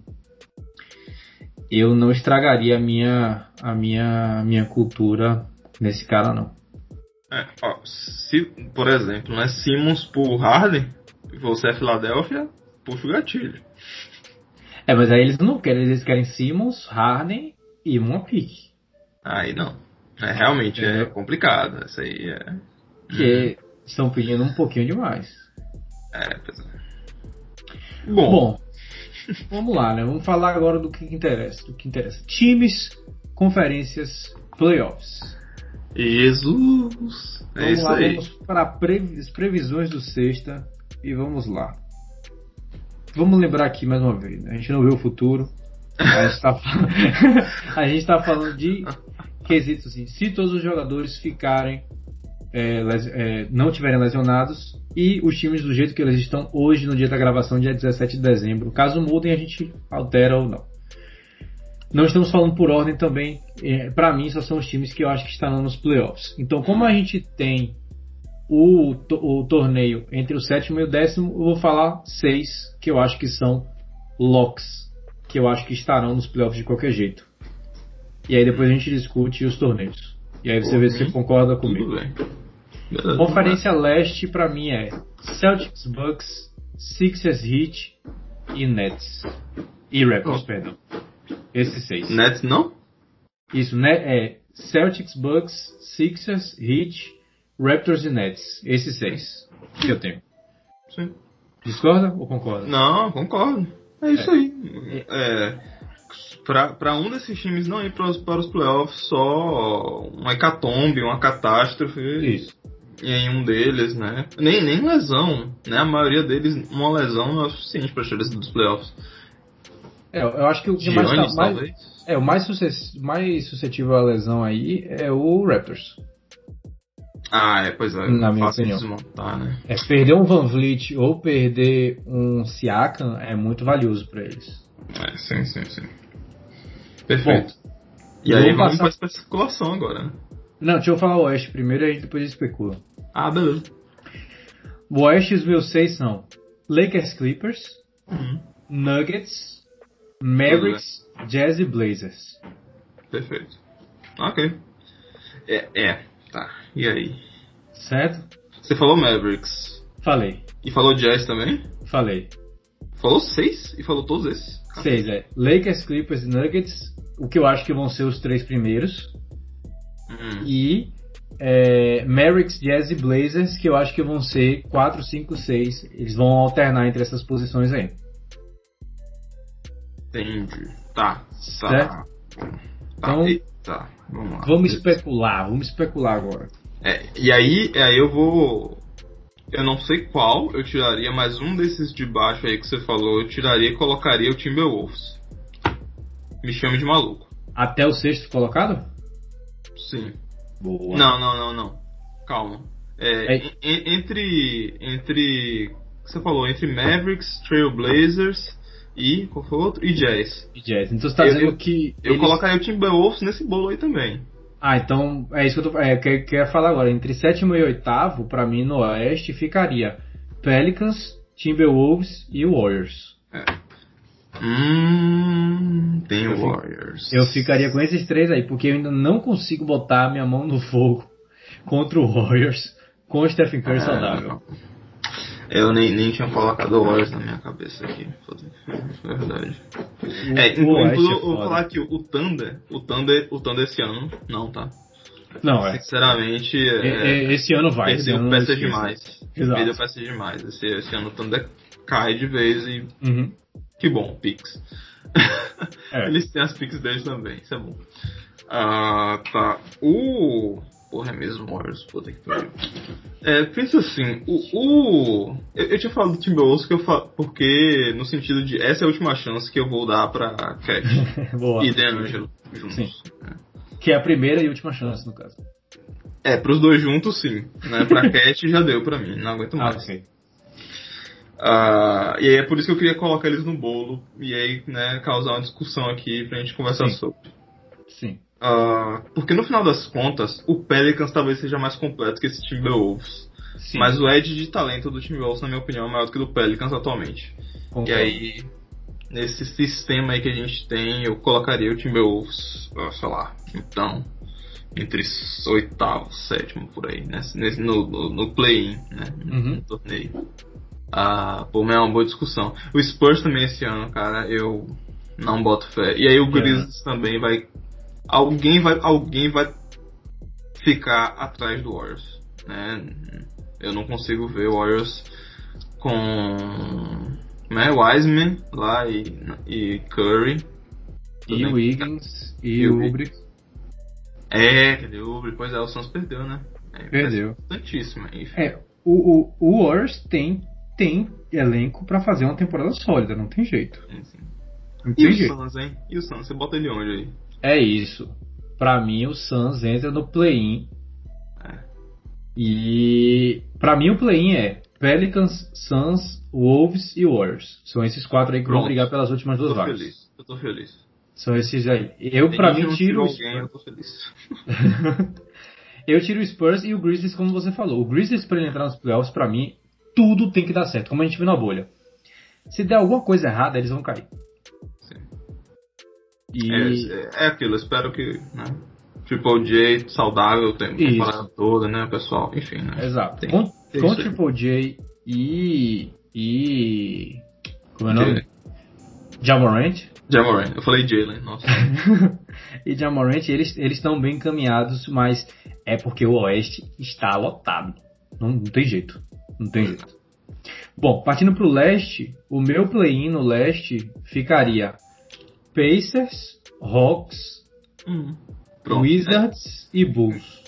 Speaker 1: estragaria a minha cultura nesse cara, não.
Speaker 2: Se, por exemplo, né, Simmons por Harden, você é Filadélfia, puxa o gatilho.
Speaker 1: Mas aí eles não querem, eles querem Simmons, Harden e uma pick.
Speaker 2: Aí não. Realmente é complicado. Isso aí é.
Speaker 1: Que estão pedindo um pouquinho demais.
Speaker 2: Pois é.
Speaker 1: Bom, vamos lá, né? Vamos falar agora do que interessa. Times, conferências, playoffs.
Speaker 2: Jesus!
Speaker 1: Vamos lá, vamos para as previsões do sexta e vamos lá. Vamos lembrar aqui mais uma vez, né? A gente não vê o futuro. A gente tá falando de quesitos assim. Se todos os jogadores ficarem não tiverem lesionados e os times do jeito que eles estão hoje no dia da gravação, dia 17 de dezembro. Caso mudem, a gente altera ou não. Não estamos falando por ordem também. Para mim, só são os times que eu acho que estarão nos playoffs. Então, como a gente tem o torneio entre o 7º e o 10º, eu vou falar 6 que eu acho que são locks, que eu acho que estarão nos playoffs de qualquer jeito. E aí depois a gente discute os torneios. E aí você vê se você concorda comigo.
Speaker 2: Beleza,
Speaker 1: Conferência Leste pra mim é Celtics, Bucks, Sixers, Heat e Nets. E Raptors, perdão. Esses 6.
Speaker 2: Nets não?
Speaker 1: Isso, né? Celtics, Bucks, Sixers, Heat, Raptors e Nets. Esses 6 que eu tenho.
Speaker 2: Sim.
Speaker 1: Discorda ou concorda?
Speaker 2: Não, concordo. É isso aí. Pra um desses times não ir para os playoffs, só uma hecatombe, uma catástrofe.
Speaker 1: Isso.
Speaker 2: E em um deles, né? Nem lesão, né? A maioria deles, uma lesão não é o suficiente para tirar dos playoffs.
Speaker 1: Eu acho que o que mais suscetível à lesão aí é o Raptors.
Speaker 2: Pois é.
Speaker 1: Na minha opinião.
Speaker 2: Desmontar, né?
Speaker 1: Perder um Van Vliet ou perder um Siakam é muito valioso para eles.
Speaker 2: Sim. Perfeito. Bom, e aí vamos para a especulação agora, né?
Speaker 1: Não, deixa eu falar o Oeste primeiro e depois a gente especula.
Speaker 2: Beleza.
Speaker 1: O Oeste, os meus 6 são Lakers, Clippers, Nuggets, Mavericks, Jazz e Blazers.
Speaker 2: Perfeito. Ok. Tá. E aí?
Speaker 1: Certo?
Speaker 2: Você falou Mavericks.
Speaker 1: Falei.
Speaker 2: E falou Jazz também?
Speaker 1: Falei.
Speaker 2: Falou 6 e falou todos esses?
Speaker 1: 6, Lakers, Clippers e Nuggets, o que eu acho que vão ser os 3 primeiros. E Mavericks, Jazz e Blazers, que eu acho que vão ser 4, 5, 6. Eles vão alternar entre essas posições aí.
Speaker 2: Entendi. Tá.
Speaker 1: Certo? Então,
Speaker 2: vamos lá.
Speaker 1: Vamos especular agora.
Speaker 2: E aí eu vou... Eu não sei qual eu tiraria, mas um desses de baixo aí que você falou, eu tiraria e colocaria o Timberwolves. Me chame de maluco.
Speaker 1: Até o 6º colocado?
Speaker 2: Sim.
Speaker 1: Boa.
Speaker 2: Não. Calma. Entre... Você falou, entre Mavericks, Trailblazers e... Qual foi o outro? E Jazz.
Speaker 1: Então você tá dizendo que...
Speaker 2: Eu colocaria o Timberwolves nesse bolo aí também.
Speaker 1: Então é isso que eu queria falar agora. Entre 7º e 8º, pra mim no Oeste, ficaria Pelicans, Timberwolves e Warriors.
Speaker 2: Tem o Warriors.
Speaker 1: Eu ficaria com esses 3 aí, porque eu ainda não consigo botar a minha mão no fogo contra o Warriors com o Stephen Curry saudável.
Speaker 2: Eu nem tinha colocado o Warriors na minha cabeça aqui. Verdade. Eu vou falar que o Thunder esse ano não, tá?
Speaker 1: Não,
Speaker 2: Sinceramente,
Speaker 1: esse ano vai.
Speaker 2: Perdeu peça demais.
Speaker 1: Exato.
Speaker 2: Perdeu peça demais. Esse ano o Thunder cai de vez e... Que bom, picks. Eles têm as picks deles também, isso é bom. Tá. Porra, é mesmo, Warriors, puta que pariu. Pensa assim, eu tinha falado do Timberwolves porque no sentido de essa é a última chance que eu vou dar pra Cat e DeAngelo juntos.
Speaker 1: Sim. Que é a primeira e última chance, no caso.
Speaker 2: Pros dois juntos, sim. Né? Pra Cat já deu pra mim, não aguento mais.
Speaker 1: Ok.
Speaker 2: E aí é por isso que eu queria colocar eles no bolo e aí, né, causar uma discussão aqui pra gente conversar sobre.
Speaker 1: Sim.
Speaker 2: Porque no final das contas, o Pelicans talvez seja mais completo que esse Timberwolves. Sim. Mas o edge de talento do Timberwolves, na minha opinião, é maior do que o do Pelicans atualmente. Concordo. E aí, nesse sistema aí que a gente tem, eu colocaria o Timberwolves, sei lá, então, entre oitavo, sétimo, por aí, né? No play-in, né? No torneio. Pô, é uma boa discussão. O Spurs também esse ano, cara, eu não boto fé. E aí o Grizzlies também vai... Alguém vai ficar atrás do Warriors, né? Eu não consigo ver o Warriors com, né, Wiseman lá e Curry.
Speaker 1: E o Wiggins e o Ubre.
Speaker 2: Cadê o Ubre? Pois é, o Suns perdeu, né?
Speaker 1: Perdeu.
Speaker 2: Tantíssimo.
Speaker 1: O Warriors tem elenco pra fazer uma temporada sólida, não tem jeito.
Speaker 2: Sim. Não tem jeito. Suns, hein? E o Suns, você bota ele onde aí?
Speaker 1: É isso. Pra mim, o Suns entra no play-in. E pra mim o play-in é Pelicans, Suns, Wolves e Warriors. São esses 4 aí que vão brigar pelas últimas 2 vagas.
Speaker 2: Eu tô feliz.
Speaker 1: São esses aí. Eu, pra mim, tiro
Speaker 2: eu tô feliz.
Speaker 1: Eu tiro o Spurs e o Grizzlies, como você falou. O Grizzlies, pra ele entrar nos playoffs, pra mim, tudo tem que dar certo, como a gente viu na bolha. Se der alguma coisa errada, eles vão cair.
Speaker 2: Sim. É aquilo, eu espero que, né, Triple J saudável, tem uma temporada toda, né, pessoal? Enfim, né?
Speaker 1: Exato. Com Triple J e como é o nome? Ja Morant.
Speaker 2: Eu falei Jalen, nossa.
Speaker 1: E Ja Morant, eles estão bem encaminhados, mas é porque o Oeste está lotado. Não tem jeito. Não tem jeito. Bom, partindo pro Leste, o meu play-in no Leste ficaria Pacers, Hawks, Wizards e Bulls.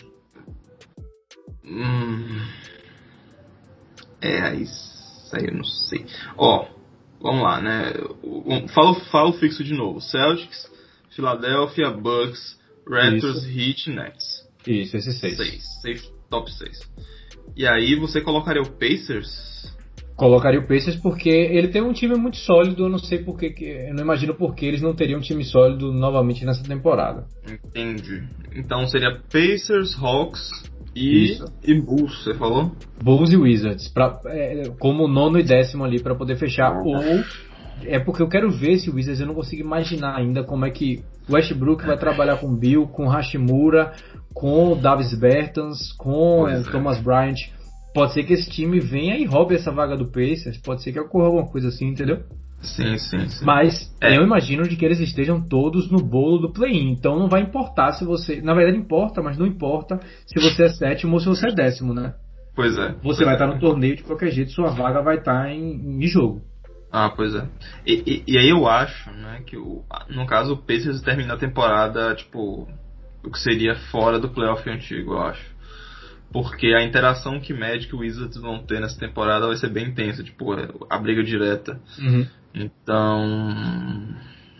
Speaker 2: Isso aí eu não sei. Vamos lá, né? Fala o fixo de novo. Celtics, Philadelphia, Bucks, Raptors, Heat, Nets.
Speaker 1: Isso, esses 6.
Speaker 2: Top 6. E aí você colocaria o Pacers?
Speaker 1: Colocaria o Pacers porque ele tem um time muito sólido. Eu não sei porque, eu não imagino porque eles não teriam um time sólido novamente nessa temporada.
Speaker 2: Entendi. Então seria Pacers, Hawks e Bulls, você falou?
Speaker 1: Bulls e Wizards, como 9º e 10º ali pra poder fechar. Ou é porque eu quero ver esse Wizards. Eu não consigo imaginar ainda como é que o Westbrook vai trabalhar com Bill, com Hashimura, com Davis Bertans, com Thomas Bryant. Pode ser que esse time venha e roube essa vaga do Pacers. Pode ser que ocorra alguma coisa assim, entendeu?
Speaker 2: Sim.
Speaker 1: Mas eu imagino de que eles estejam todos no bolo do play-in. Então não vai importar se você... Na verdade importa, mas não importa se você é 7º ou se você é 10º, né?
Speaker 2: Pois é.
Speaker 1: Você vai estar no torneio de qualquer jeito, sua vaga vai estar em jogo.
Speaker 2: Pois é. E aí eu acho, né, que no caso o Pacers termina a temporada, tipo, o que seria fora do playoff antigo, eu acho. Porque a interação que Magic e Wizards vão ter nessa temporada vai ser bem intensa, tipo, a briga direta. Então...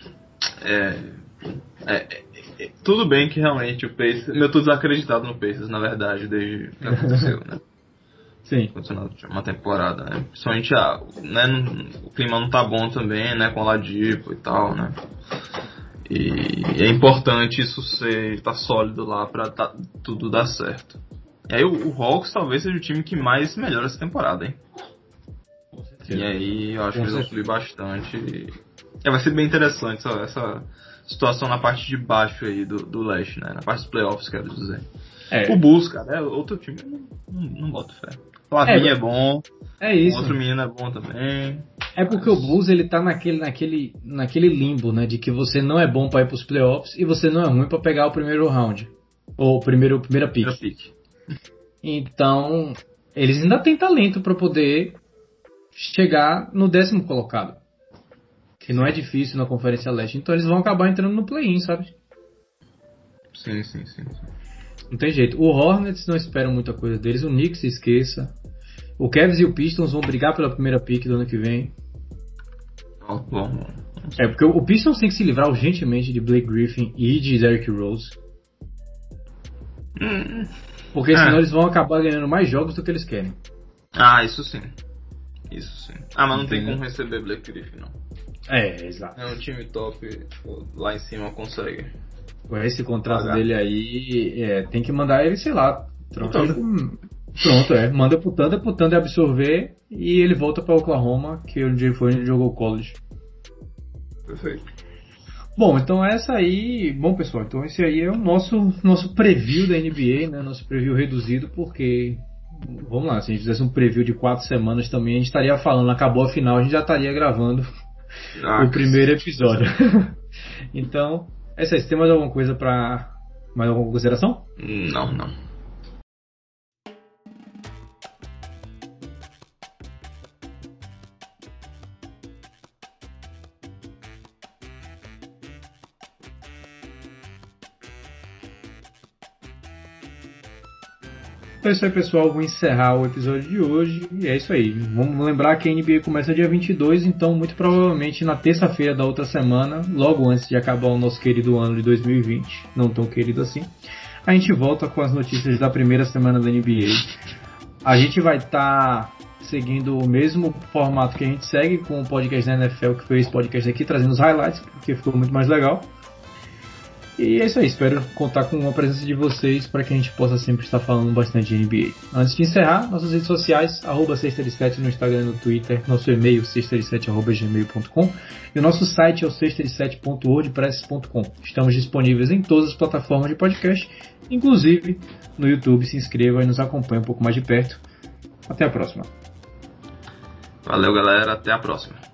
Speaker 2: tudo bem que realmente o Pacers... Eu tô desacreditado no Pacers, na verdade, desde que aconteceu, né?
Speaker 1: Sim.
Speaker 2: Uma temporada, né? Principalmente né, o clima não tá bom também, né? Com o Oladipo e tal, né? E é importante isso tá sólido lá pra tudo dar certo. E aí o Hawks talvez seja o time que mais melhora essa temporada, hein?
Speaker 1: Com certeza.
Speaker 2: E aí eu acho que eles vão subir bastante. Vai ser bem interessante essa situação na parte de baixo aí do leste, né? Na parte dos playoffs, quero dizer. O Bulls, cara, é outro time, eu não boto fé. O Lavinho é bom. É isso. O outro menino é bom também.
Speaker 1: É porque o Bulls ele tá naquele limbo, né? De que você não é bom pra ir pros playoffs e você não é ruim pra pegar o primeiro round. Ou primeira pick. Então, eles ainda têm talento pra poder chegar no 10º colocado. Que não é difícil na Conferência Leste. Então eles vão acabar entrando no play-in, sabe?
Speaker 2: Sim.
Speaker 1: Não tem jeito. O Hornets não espera muita coisa deles. O Knicks se esqueça. O Cavs e o Pistons vão brigar pela primeira pick do ano que vem.
Speaker 2: Bom.
Speaker 1: Porque o Pistons tem que se livrar urgentemente de Blake Griffin e de Derrick Rose. Porque senão eles vão acabar ganhando mais jogos do que eles querem.
Speaker 2: Isso sim. Isso sim. Ah, mas não tem como receber Blake Griffin, não.
Speaker 1: Exato.
Speaker 2: É um time top, lá em cima consegue.
Speaker 1: Com esse contrato dele aí, tem que mandar ele, sei lá, manda pro Thunder absorver e ele volta pra Oklahoma, que onde foi onde jogou college.
Speaker 2: Perfeito.
Speaker 1: Bom, então essa aí, pessoal, então esse aí é o nosso preview da NBA, né, nosso preview reduzido, porque, vamos lá, se a gente fizesse um preview de 4 semanas também, a gente estaria falando, acabou a final, a gente já estaria gravando o primeiro episódio. Então, essa aí, você tem mais alguma coisa mais alguma consideração?
Speaker 2: Não.
Speaker 1: Então é isso aí, pessoal, vou encerrar o episódio de hoje e é isso aí. Vamos lembrar que a NBA começa dia 22, então muito provavelmente na terça-feira da outra semana, logo antes de acabar o nosso querido ano de 2020, não tão querido assim, a gente volta com as notícias da primeira semana da NBA. A gente vai estar seguindo o mesmo formato que a gente segue com o podcast da NFL, que foi esse podcast aqui, trazendo os highlights, porque ficou muito mais legal. E é isso aí, espero contar com a presença de vocês para que a gente possa sempre estar falando bastante de NBA. Antes de encerrar, nossas redes sociais, @sexta7 no Instagram e no Twitter, nosso e-mail, sexta7@gmail.com e o nosso site é o sexta7.wordpress.com. Estamos disponíveis em todas as plataformas de podcast, inclusive no YouTube. Se inscreva e nos acompanhe um pouco mais de perto. Até a próxima.
Speaker 2: Valeu, galera, até a próxima.